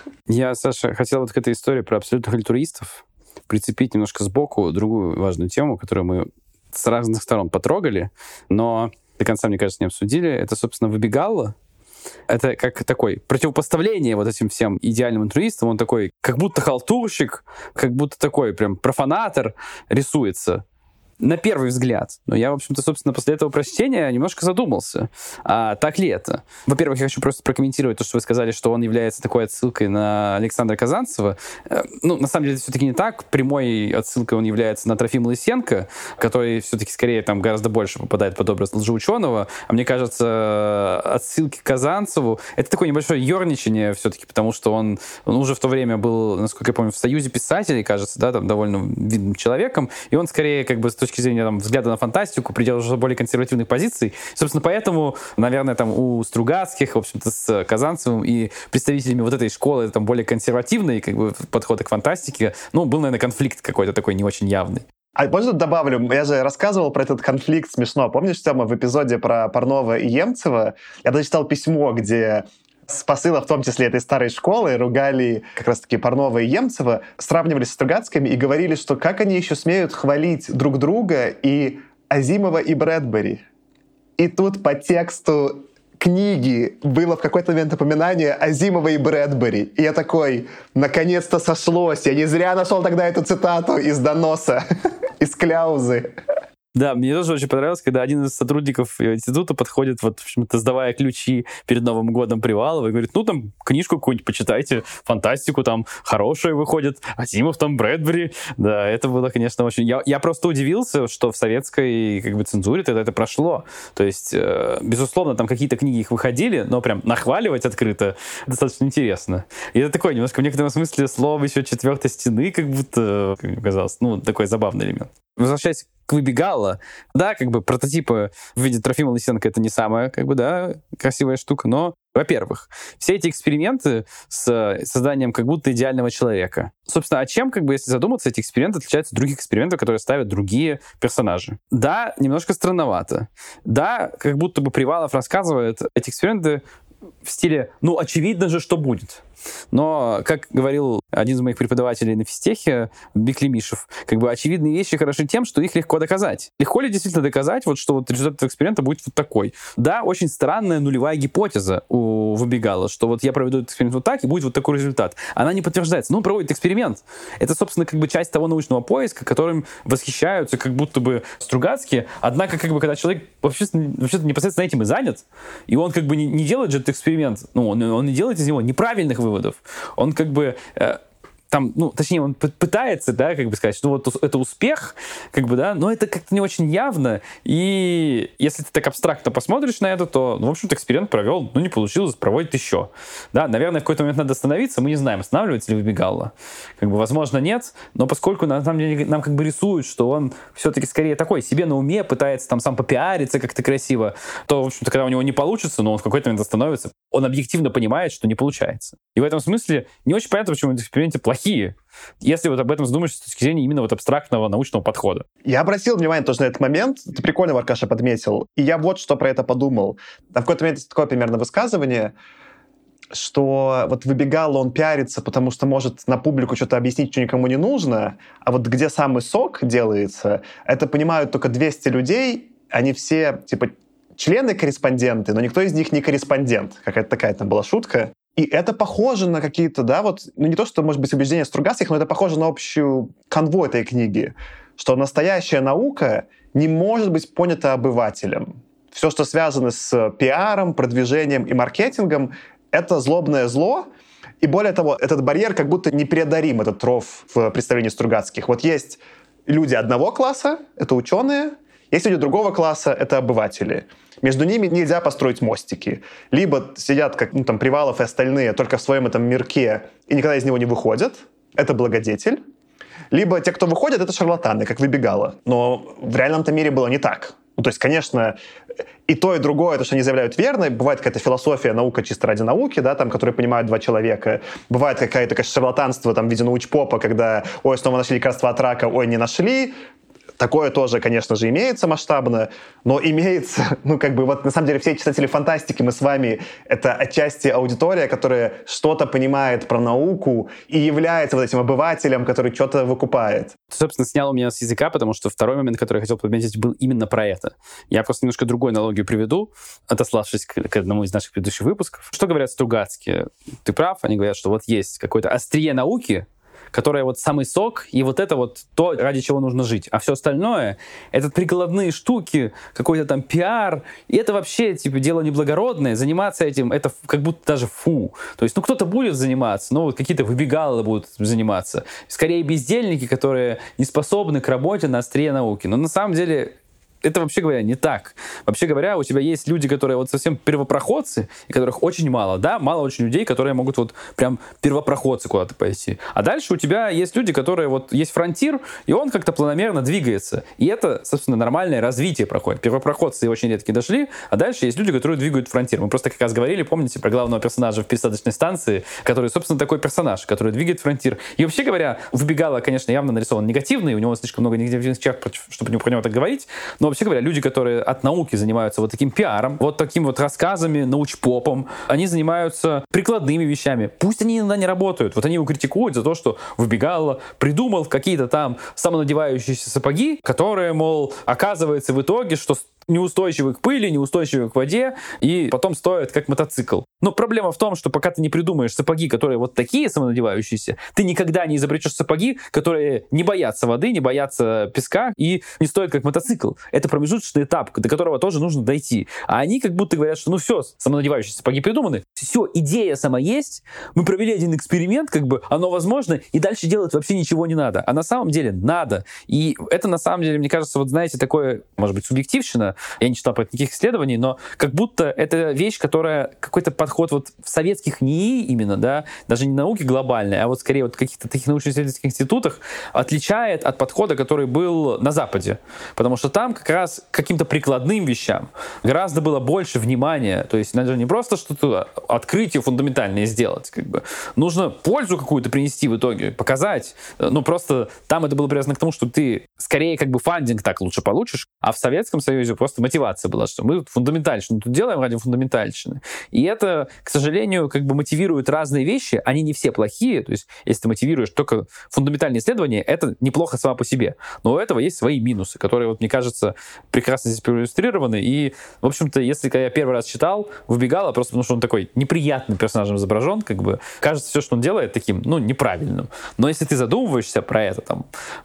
Я, Саша, хотел вот к этой истории про абсолютных альтруистов прицепить немножко сбоку другую важную тему, которую мы с разных сторон потрогали, но до конца, мне кажется, не обсудили. Это, собственно, Выбегалло. Это как такое противопоставление вот этим всем идеальным альтруистам. Он такой, как будто халтурщик, как будто такой прям профанатор рисуется. На первый взгляд. Но я, в общем-то, собственно, после этого прочтения немножко задумался. А так ли это? Во-первых, я хочу просто прокомментировать то, что вы сказали, что он является такой отсылкой на Александра Казанцева. Ну, на самом деле, это все-таки не так. Прямой отсылкой он является на Трофима Лысенко, который все-таки скорее там гораздо больше попадает под образ лжеученого. А мне кажется, отсылки к Казанцеву — это такое небольшое ерничание все-таки, потому что он, он уже в то время был, насколько я помню, в Союзе писателей, кажется, да, там довольно видным человеком, и он скорее как бы с точки точки зрения там, взгляда на фантастику, придерживался более консервативных позиций. Собственно, поэтому, наверное, там у Стругацких, в общем-то, с Казанцевым и представителями вот этой школы там более консервативной как бы, подхода к фантастике, ну, был, наверное, конфликт какой-то такой не очень явный. А можно добавлю? Я же рассказывал про этот конфликт смешно. Помнишь, Тёма, в эпизоде про Парнова и Емцева я даже читал письмо, где с посыла, в том числе этой старой школы, ругали как раз-таки Парнова и Емцева, сравнивали с Стругацкими и говорили, что как они еще смеют хвалить друг друга и Азимова и Брэдбери. И тут по тексту книги было в какой-то момент упоминание Азимова и Брэдбери. И я такой, наконец-то сошлось. Я не зря нашел тогда эту цитату из доноса, из кляузы. Да, мне тоже очень понравилось, когда один из сотрудников института подходит, вот, в общем-то, сдавая ключи перед Новым годом Привалова, и говорит, ну, там, книжку какую-нибудь почитайте, фантастику там хорошая выходит, Азимов там, Брэдбери. Да, это было, конечно, очень... Я, я просто удивился, что в советской, как бы, цензуре тогда это прошло. То есть, э, безусловно, там какие-то книги их выходили, но прям нахваливать открыто достаточно интересно. И это такой, немножко в некотором смысле, слово еще четвертой стены, как будто, как мне казалось, ну, такой забавный элемент. Возвращаясь к «Выбегало», да, как бы прототипы в виде Трофима Лысенко — это не самая, как бы, да, красивая штука, но, во-первых, все эти эксперименты с созданием как будто идеального человека. Собственно, а чем, как бы, если задуматься, эти эксперименты отличаются от других экспериментов, которые ставят другие персонажи? Да, немножко странновато. Да, как будто бы Привалов рассказывает эти эксперименты в стиле, ну, очевидно же, что будет. Но, как говорил один из моих преподавателей на физтехе, Беклемишев, как бы очевидные вещи хороши тем, что их легко доказать. Легко ли действительно доказать, вот, что вот результат этого эксперимента будет вот такой? Да, очень странная нулевая гипотеза у Выбегала, что вот я проведу этот эксперимент вот так, и будет вот такой результат. Она не подтверждается. Ну, проводит эксперимент. Это, собственно, как бы часть того научного поиска, которым восхищаются как будто бы Стругацкие. Однако, как бы, когда человек вообще-то, вообще-то непосредственно этим и занят, и он как бы не, не делает же этот эксперимент, ну, он, он не делает из него неправильных выводов, выводов. Он как бы э, там, ну, точнее, он пытается, да, как бы сказать, что вот это успех, как бы, да, но это как-то не очень явно, и если ты так абстрактно посмотришь на это, то, ну, в общем-то, эксперимент провел, ну, не получилось, проводит еще. Да, наверное, в какой-то момент надо остановиться, мы не знаем, останавливается ли Выбегало. Как бы, возможно, нет, но поскольку, на самом деле, нам как бы рисуют, что он все-таки скорее такой, себе на уме, пытается там сам попиариться как-то красиво, то, в общем-то, когда у него не получится, но он в какой-то момент остановится, он объективно понимает, что не получается. И в этом смысле не очень понятно, почему в эксперименте плохие, если вот об этом задумаешься с точки зрения именно вот абстрактного научного подхода. Я обратил внимание тоже на этот момент. Ты прикольно, Аркаша, подметил. И я вот что про это подумал. Там в какой-то момент есть такое примерно высказывание, что вот Выбегало, он пиарится, потому что может на публику что-то объяснить, что никому не нужно, а вот где самый сок делается, это понимают только двести людей, они все, типа, члены-корреспонденты, но никто из них не корреспондент. Какая-то такая там была шутка. И это похоже на какие-то, да, вот, ну не то, что, может быть, убеждения Стругацких, но это похоже на общую канву этой книги, что настоящая наука не может быть понята обывателем. Все, что связано с пиаром, продвижением и маркетингом, это злобное зло, и более того, этот барьер как будто непреодолим, этот ров в представлении Стругацких. Вот есть люди одного класса, это ученые, есть люди другого класса, это обыватели. Между ними нельзя построить мостики. Либо сидят, как ну, там, Привалов и остальные, только в своем этом мирке и никогда из него не выходят. Это благодетель. Либо те, кто выходят, это шарлатаны, как Выбегало. Но в реальном-то мире было не так. Ну, то есть, конечно, и то, и другое, то, что они заявляют, верно. Бывает какая-то философия, наука чисто ради науки, да, там, которую понимают два человека. Бывает какое-то, конечно, шарлатанство там, в виде научпопа, когда, ой, снова нашли лекарство от рака, ой, не нашли. Такое тоже, конечно же, имеется масштабно, но имеется, ну, как бы, вот, на самом деле, все читатели фантастики, мы с вами, это отчасти аудитория, которая что-то понимает про науку и является вот этим обывателем, который что-то выкупает. Ты, собственно, снял у меня с языка, потому что второй момент, который я хотел подметить, был именно про это. Я просто немножко другую аналогию приведу, отославшись к, к одному из наших предыдущих выпусков. Что говорят Стругацкие? Ты прав, они говорят, что вот есть какое-то острие науки, которая вот самый сок, и вот это вот то, ради чего нужно жить. А все остальное — это прикладные штуки, какой-то там пиар, и это вообще, типа, дело неблагородное. Заниматься этим — это как будто даже фу. То есть, ну, кто-то будет заниматься, ну, вот какие-то выбегалы будут заниматься. Скорее, бездельники, которые не способны к работе на острие науки. Но на самом деле это, вообще говоря, не так. Вообще говоря, у тебя есть люди, которые вот совсем первопроходцы, и которых очень мало, да, мало очень людей, которые могут вот прям первопроходцы куда-то пойти. А дальше у тебя есть люди, которые вот есть фронтир, и он как-то планомерно двигается. И это, собственно, нормальное развитие проходит. Первопроходцы очень редко дошли, а дальше есть люди, которые двигают фронтир. Мы просто как раз говорили, помните, про главного персонажа в пересадочной станции, который, собственно, такой персонаж, который двигает фронтир. И вообще говоря, выбегало, конечно, явно нарисован негативный, у него слишком много негативных черт, чтобы про него так говорить, но вообще говоря, люди, которые от науки занимаются вот таким пиаром, вот таким вот рассказами, научпопом, они занимаются прикладными вещами. Пусть они иногда не работают. Вот они его критикуют за то, что Выбегало придумал какие-то там самонадевающиеся сапоги, которые, мол, оказывается в итоге, что неустойчивы к пыли, неустойчивы к воде, и потом стоят как мотоцикл. Но проблема в том, что пока ты не придумаешь сапоги, которые вот такие самонадевающиеся, ты никогда не изобретешь сапоги, которые не боятся воды, не боятся песка и не стоят как мотоцикл. Это промежуточный этап, до которого тоже нужно дойти. А они как будто говорят, что ну все, самонадевающиеся сапоги придуманы, все, идея сама есть, мы провели один эксперимент, как бы оно возможно, и дальше делать вообще ничего не надо. А на самом деле надо. И это на самом деле, мне кажется, вот знаете, такое, может быть, субъективщина. Я не читал про это никаких исследований, но как будто это вещь, которая какой-то подход вот в советских НИИ именно, да, даже не науки глобальной, а вот скорее вот в каких-то таких научно-исследовательских институтах отличает от подхода, который был на Западе. Потому что там как раз к каким-то прикладным вещам гораздо было больше внимания. То есть надо не просто что-то открытие фундаментальное сделать, как бы. Нужно пользу какую-то принести в итоге, показать. Ну просто там это было привязано к тому, что ты скорее как бы фандинг так лучше получишь, а в Советском Союзе просто мотивация была, что мы фундаментальщину тут делаем ради фундаментальщины. И это, к сожалению, как бы мотивирует разные вещи, они не все плохие, то есть если ты мотивируешь только фундаментальные исследования, это неплохо само по себе. Но у этого есть свои минусы, которые, вот, мне кажется, прекрасно здесь проиллюстрированы. И, в общем-то, если я первый раз читал, Выбегало, просто потому что он такой неприятным персонажем изображен, как бы кажется, все, что он делает, таким, ну, неправильным. Но если ты задумываешься про это, там,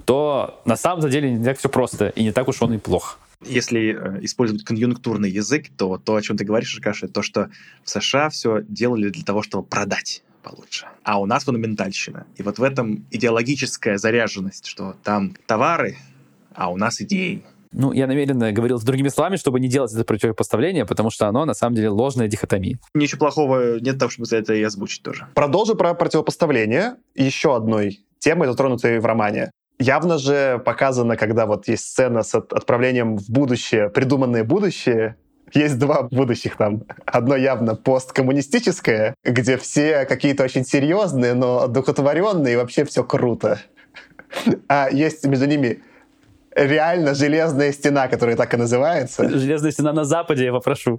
то на самом деле не так все просто, и не так уж он и плох. Если э, использовать конъюнктурный язык, то то, о чем ты говоришь, Аркаша, то, что в США все делали для того, чтобы продать получше. А у нас фундаментальщина. И вот в этом идеологическая заряженность, что там товары, а у нас идеи. Ну, я намеренно говорил с другими словами, чтобы не делать это противопоставление, потому что оно, на самом деле, ложная дихотомия. Ничего плохого нет того, чтобы за это и озвучить тоже. Продолжу про противопоставление еще одной темы, затронутой в романе. Явно же показано, когда вот есть сцена с отправлением в будущее, придуманное будущее. Есть два будущих там. Одно явно посткоммунистическое, где все какие-то очень серьезные, но одухотворенные, и вообще все круто. А есть между ними реально железная стена, которая так и называется. Железная стена на Западе, я попрошу.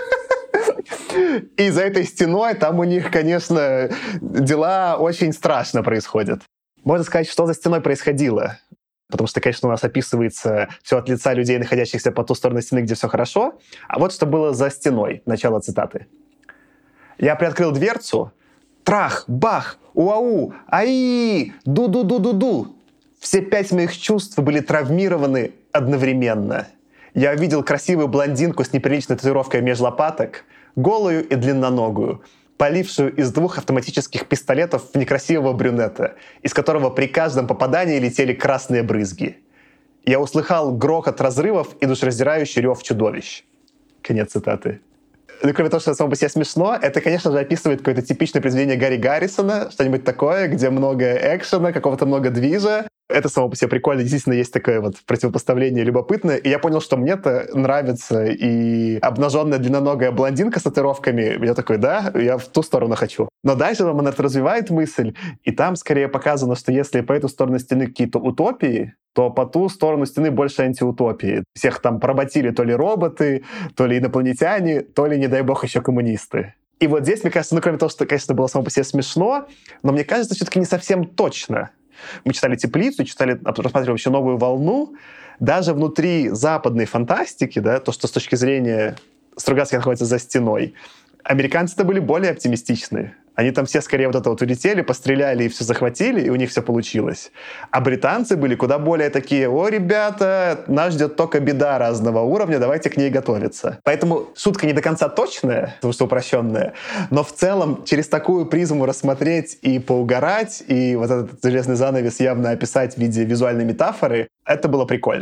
И за этой стеной там у них, конечно, дела очень страшно происходят. Можно сказать, что за стеной происходило. Потому что, конечно, у нас описывается все от лица людей, находящихся по ту сторону стены, где все хорошо. А вот что было за стеной. Начало цитаты. «Я приоткрыл дверцу. Трах, бах, уау, аи, ду-ду-ду-ду-ду. Все пять моих чувств были травмированы одновременно. Я увидел красивую блондинку с неприличной татуировкой меж лопаток, голую и длинноногую, полившую из двух автоматических пистолетов в некрасивого брюнета, из которого при каждом попадании летели красные брызги. Я услыхал грохот разрывов и душераздирающий рев чудовищ». Конец цитаты. Ну, кроме того, что это само по себе смешно, это, конечно же, описывает какое-то типичное произведение Гарри Гаррисона, что-нибудь такое, где много экшена, какого-то много движа. Это само по себе прикольно, действительно есть такое вот противопоставление любопытное. И я понял, что мне-то нравится и обнаженная длинноногая блондинка с татуировками. Я такой, да, я в ту сторону хочу. Но дальше он это развивает мысль, и там скорее показано, что если по эту сторону стены какие-то утопии, то по ту сторону стены больше антиутопии. Всех там поработили то ли роботы, то ли инопланетяне, то ли, не дай бог, еще коммунисты. И вот здесь, мне кажется, ну, кроме того, что, конечно, было само по себе смешно, но мне кажется, все-таки не совсем точно. Мы читали «Теплицу», читали, рассматривали еще «Новую волну». Даже внутри западной фантастики, да, то, что с точки зрения Стругацких находится за стеной, американцы-то были более оптимистичны. Они там все скорее вот это вот улетели, постреляли и все захватили, и у них все получилось. А британцы были куда более такие: о, ребята, нас ждет только беда разного уровня, давайте к ней готовиться. Поэтому шутка не до конца точная, потому что упрощенная, но в целом через такую призму рассмотреть и поугарать, и вот этот железный занавес явно описать в виде визуальной метафоры, это было прикольно.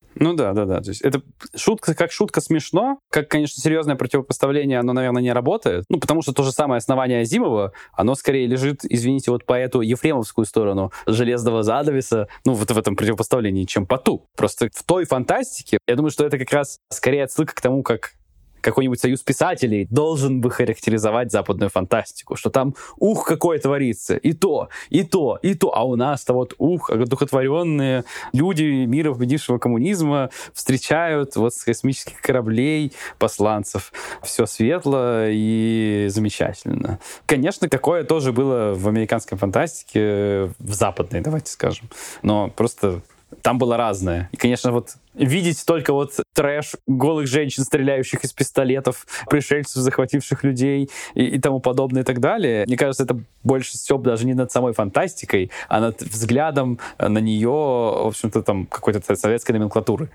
Ну да, да, да. То есть это шутка как шутка смешно, как, конечно, серьезное противопоставление, оно, наверное, не работает. Ну, потому что то же самое основание Азимова, оно скорее лежит, извините, вот по эту ефремовскую сторону железного занавеса, ну, вот в этом противопоставлении, чем по ту. Просто в той фантастике, я думаю, что это как раз скорее отсылка к тому, как какой-нибудь союз писателей должен бы характеризовать западную фантастику, что там ух, какое творится, и то, и то, и то, а у нас-то вот ух, одухотворенные люди мира победившего коммунизма встречают вот с космических кораблей посланцев. Все светло и замечательно. Конечно, такое тоже было в американской фантастике, в западной, давайте скажем, но просто там было разное. И, конечно, вот видеть только вот трэш голых женщин, стреляющих из пистолетов, пришельцев, захвативших людей и, и тому подобное и так далее, мне кажется, это больше стёб даже не над самой фантастикой, а над взглядом на нее, в общем-то, там, какой-то советской номенклатуры.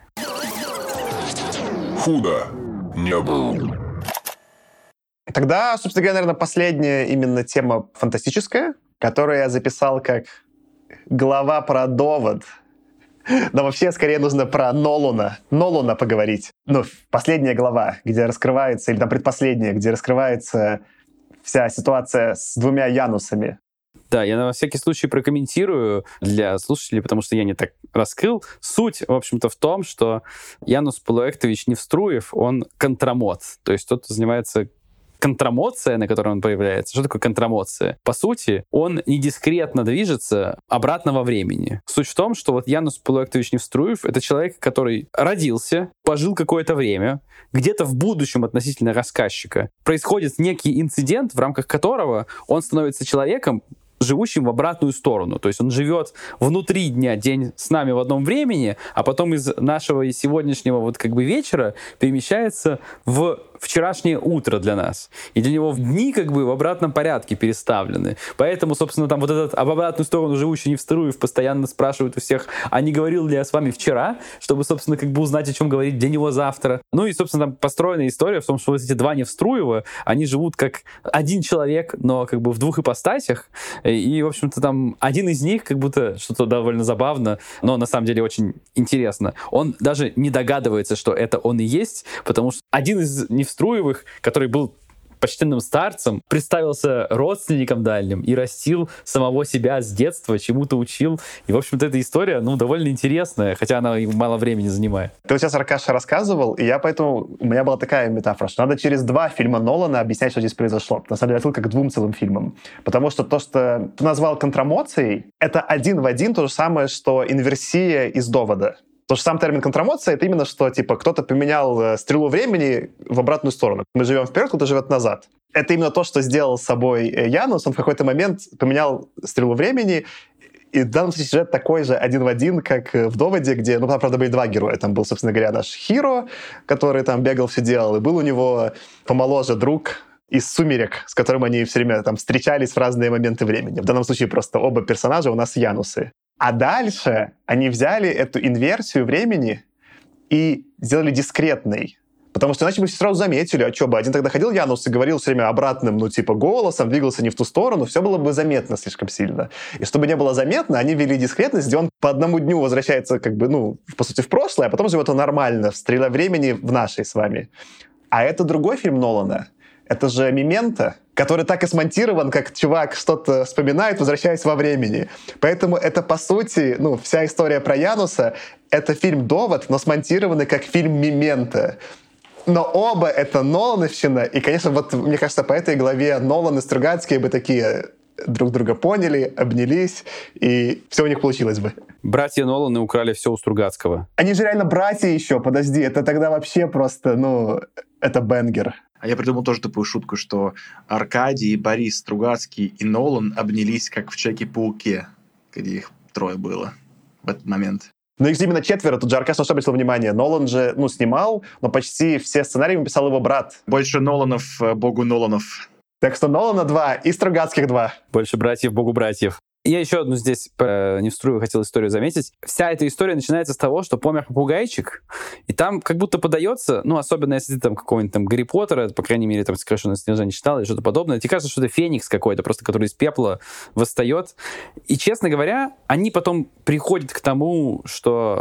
Худо не было. Тогда, собственно говоря, наверное, последняя именно тема фантастическая, которую я записал как глава про довод. Но вообще, скорее, нужно про Нолана. Нолана поговорить. Ну, последняя глава, где раскрывается, или там предпоследняя, где раскрывается вся ситуация с двумя Янусами. Да, я на всякий случай прокомментирую для слушателей, потому что я не так раскрыл. Суть, в общем-то, в том, что Янус Полуэктович Невструев, он контрамот. То есть тот, кто занимается контрамоция, на которой он появляется. Что такое контрамоция? По сути, он недискретно движется обратно во времени. Суть в том, что вот Янус Полуэктович Невструев — это человек, который родился, пожил какое-то время, где-то в будущем относительно рассказчика происходит некий инцидент, в рамках которого он становится человеком, живущим в обратную сторону. То есть он живет внутри дня, день с нами в одном времени, а потом из нашего сегодняшнего вот как бы вечера перемещается в вчерашнее утро для нас. И для него дни как бы в обратном порядке переставлены. Поэтому, собственно, там вот этот об обратную сторону живущий Невструев постоянно спрашивает у всех, а не говорил ли я с вами вчера, чтобы, собственно, как бы узнать, о чем говорить для него завтра. Ну и, собственно, там построена история в том, что вот эти два Невструева, они живут как один человек, но как бы в двух ипостасях. И, в общем-то, там один из них, как будто что-то довольно забавно, но на самом деле очень интересно. Он даже не догадывается, что это он и есть, потому что один из Невструевых, который был почтенным старцем, представился родственником дальним и растил самого себя с детства, чему-то учил. И, в общем-то, эта история, ну, довольно интересная, хотя она мало времени занимает. Ты вот сейчас, Аркаша, рассказывал, и я поэтому... У меня была такая метафора, что надо через два фильма Нолана объяснять, что здесь произошло. На самом деле, отсылка к двум целым фильмам. Потому что то, что ты назвал контрамоцией, это один в один то же самое, что инверсия из довода. Потому что сам термин контрамоция — это именно что, типа, кто-то поменял э, стрелу времени в обратную сторону. Мы живем вперед, кто-то живет назад. Это именно то, что сделал с собой Янус. Он в какой-то момент поменял стрелу времени, и в данном случае сюжет такой же один в один, как в «Доводе», где, ну, там, правда, были два героя. Там был, собственно говоря, наш Хиро, который там бегал, все делал, и был у него помоложе друг из «Сумерек», с которым они все время там встречались в разные моменты времени. В данном случае просто оба персонажа у нас Янусы. А дальше они взяли эту инверсию времени и сделали дискретной. Потому что иначе бы все сразу заметили, а что бы, один тогда ходил Янус и говорил все время обратным, ну, типа, голосом, двигался не в ту сторону, все было бы заметно слишком сильно. И чтобы не было заметно, они ввели дискретность, где он по одному дню возвращается, как бы, ну, по сути, в прошлое, а потом живет он нормально, в стреле времени в нашей с вами. А это другой фильм Нолана. Это же «Мементо», который так и смонтирован, как чувак что-то вспоминает, возвращаясь во времени. Поэтому это, по сути, ну, вся история про Януса — это фильм «Довод», но смонтированный как фильм «Мементо». Но оба это Нолановщина, и, конечно, вот, мне кажется, по этой главе Нолан и Стругацкий бы такие друг друга поняли, обнялись, и все у них получилось бы. Братья Ноланы украли все у Стругацкого. Они же реально братья еще, подожди, это тогда вообще просто, ну, это бэнгер. А я придумал тоже такую шутку, что Аркадий, Борис Стругацкий и Нолан обнялись, как в Человеке-пауке, где их трое было в этот момент. Ну, их именно четверо. Тут же Аркаш на что обратил внимание. Нолан же, ну, снимал, но почти все сценарии писал его брат. Больше Ноланов, богу Ноланов. Так что Нолана два и Стругацких два. Больше братьев, богу братьев. Я еще одну здесь про Невструева хотел историю заметить. Вся эта история начинается с того, что помер попугайчик, и там как будто подается, ну, особенно если ты там какого-нибудь там Гарри Поттера, по крайней мере, там «Сокращенное снижение» читал или что-то подобное, тебе кажется, что это феникс какой-то, просто который из пепла восстает. И, честно говоря, они потом приходят к тому, что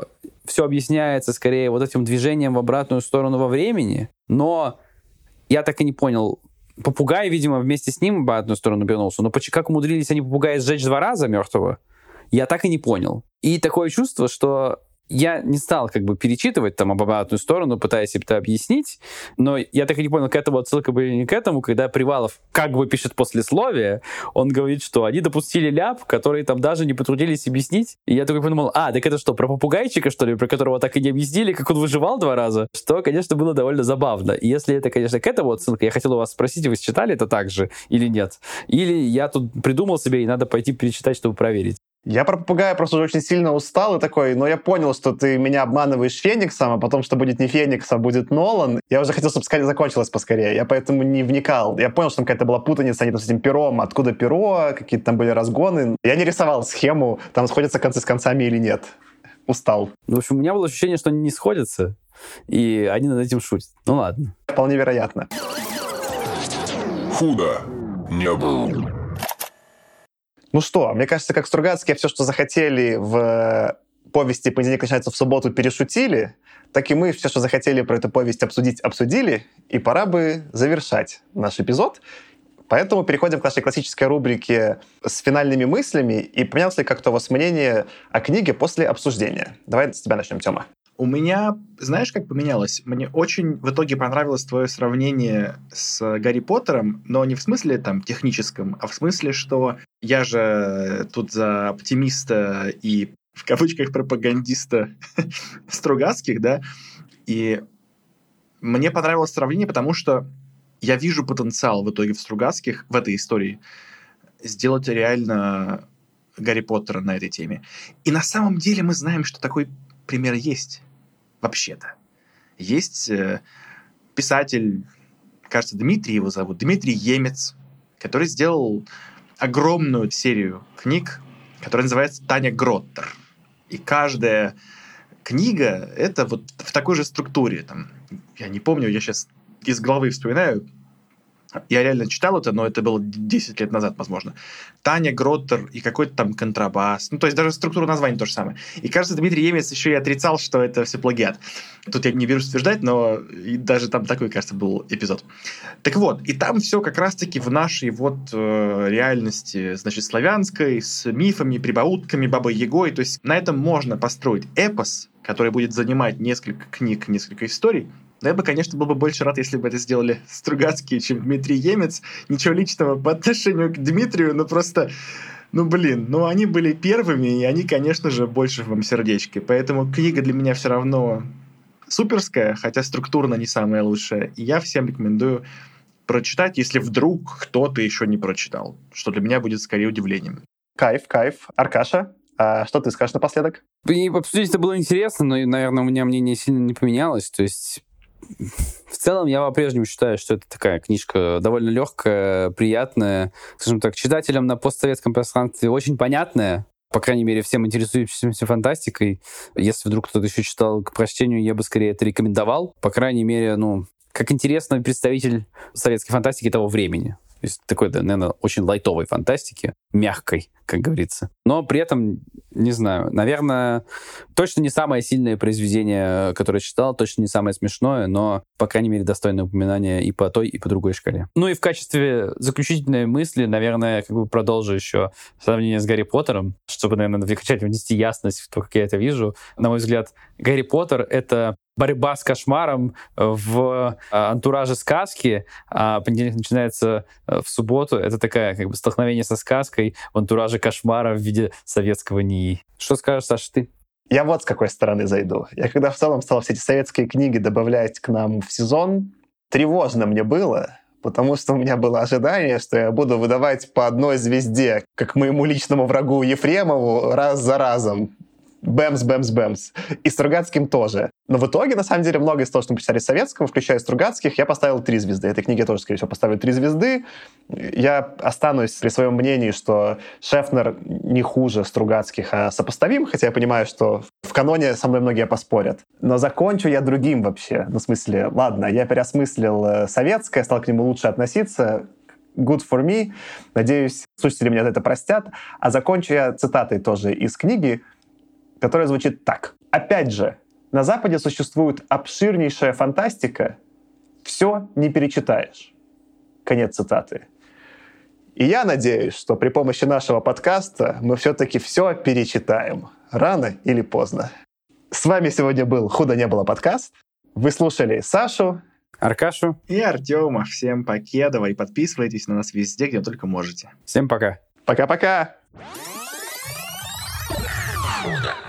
все объясняется скорее вот этим движением в обратную сторону во времени, но я так и не понял. Попугай, видимо, вместе с ним в обратную сторону вернулся, но как умудрились они попугая сжечь два раза мертвого, я так и не понял. И такое чувство, что я не стал как бы перечитывать там об обратную сторону, пытаясь это объяснить, но я так и не понял, к этому отсылка была или не к этому, когда Привалов как бы пишет послесловие, он говорит, что они допустили ляп, который там даже не потрудились объяснить. И я такой подумал, а, так это что, про попугайчика, что ли, про которого так и не объяснили, как он выживал два раза? Что, конечно, было довольно забавно. И если это, конечно, к этому отсылка, я хотел у вас спросить, вы читали это так же или нет? Или я тут придумал себе, и надо пойти перечитать, чтобы проверить. Я про попугая просто уже очень сильно устал и такой, но я понял, что ты меня обманываешь Фениксом, а потом, что будет не Феникс, а будет Нолан. Я уже хотел, чтобы скорее закончилось поскорее. Я поэтому не вникал. Я понял, что там какая-то была путаница, они там с этим пером, откуда перо, какие-то там были разгоны. Я не рисовал схему, там сходятся концы с концами или нет. Устал. В общем, у меня было ощущение, что они не сходятся, и они над этим шутят. Ну ладно. Вполне вероятно. Худо не было. Ну что, мне кажется, как Стругацкие все, что захотели в повести «Понедельник начинается в субботу» перешутили, так и мы все, что захотели про эту повесть обсудить, обсудили, и пора бы завершать наш эпизод. Поэтому переходим к нашей классической рубрике с финальными мыслями. И поменялось ли как-то у вас мнение о книге после обсуждения? Давай с тебя начнем, Тёма. У меня, знаешь, как поменялось? Мне очень в итоге понравилось твое сравнение с Гарри Поттером, но не в смысле там техническом, а в смысле, что я же тут за оптимиста и в кавычках пропагандиста Стругацких, да, и мне понравилось сравнение, потому что я вижу потенциал в итоге в Стругацких, в этой истории, сделать реально Гарри Поттера на этой теме. И на самом деле мы знаем, что такой пример есть. Вообще-то. Есть э, писатель, кажется, Дмитрий его зовут, Дмитрий Емец, который сделал огромную серию книг, которая называется «Таня Гроттер». И каждая книга — это вот в такой же структуре. Там, я не помню, я сейчас из головы вспоминаю, я реально читал это, но это было десять лет назад, возможно. Таня Гроттер и какой-то там контрабас. Ну, то есть даже структура названия то же самое. И, кажется, Дмитрий Емец еще и отрицал, что это все плагиат. Тут я не берусь утверждать, но и даже там такой, кажется, был эпизод. Так вот, и там все как раз-таки в нашей вот э, реальности, значит, славянской, с мифами, прибаутками, Бабой Ягой. То есть на этом можно построить эпос, который будет занимать несколько книг, несколько историй. Но я бы, конечно, был бы больше рад, если бы это сделали Стругацкие, чем Дмитрий Емец. Ничего личного по отношению к Дмитрию, но просто, ну, блин, ну, они были первыми, и они, конечно же, больше в моем сердечке. Поэтому книга для меня все равно суперская, хотя структурно не самая лучшая. И я всем рекомендую прочитать, если вдруг кто-то еще не прочитал, что для меня будет скорее удивлением. Кайф, кайф. Аркаша, а что ты скажешь напоследок? И обсудить это было интересно, но, наверное, у меня мнение сильно не поменялось. То есть в целом я по-прежнему считаю, что это такая книжка довольно легкая, приятная, скажем так, читателям на постсоветском пространстве очень понятная, по крайней мере, всем интересующимся фантастикой. Если вдруг кто-то еще читал к прочтению, я бы скорее это рекомендовал. По крайней мере, ну, как интересный представитель советской фантастики того времени. То есть такой, да, наверное, очень лайтовой фантастики, мягкой, как говорится. Но при этом, не знаю, наверное, точно не самое сильное произведение, которое я читал, точно не самое смешное, но, по крайней мере, достойное упоминание и по той, и по другой шкале. Ну и в качестве заключительной мысли, наверное, как бы продолжу еще сравнение с Гарри Поттером, чтобы, наверное, окончательно внести ясность в то, как я это вижу. На мой взгляд, Гарри Поттер — это борьба с кошмаром в антураже сказки, а понедельник начинается в субботу. Это такая как бы столкновение со сказкой в антураже кошмара в виде советского НИИ. Что скажешь, Саша, ты? Я вот с какой стороны зайду. Я когда в целом стал все эти советские книги добавлять к нам в сезон, тревожно мне было, потому что у меня было ожидание, что я буду выдавать по одной звезде, как моему личному врагу Ефремову, раз за разом. Бэмс, бэмс, бэмс. И Стругацким тоже. Но в итоге, на самом деле, многое из того, что мы писали советского, включая Стругацких, я поставил три звезды. Этой книге я тоже, скорее всего, поставлю три звезды. Я останусь при своем мнении, что Шефнер не хуже Стругацких, а сопоставим, хотя я понимаю, что в каноне со мной многие поспорят. Но закончу я другим вообще. Ну, в смысле, ладно, я переосмыслил советское, стал к нему лучше относиться. Good for me. Надеюсь, слушатели меня за это простят. А закончу я цитатой тоже из книги. которая звучит так. Опять же, на Западе существует обширнейшая фантастика, все не перечитаешь. Конец цитаты. И я надеюсь, что при помощи нашего подкаста мы все-таки все перечитаем. Рано или поздно. С вами сегодня был «Худо не было» подкаст. Вы слушали Сашу, Аркашу и Артема. Всем покедово. И подписывайтесь на нас везде, где только можете. Всем пока. Пока-пока. Худо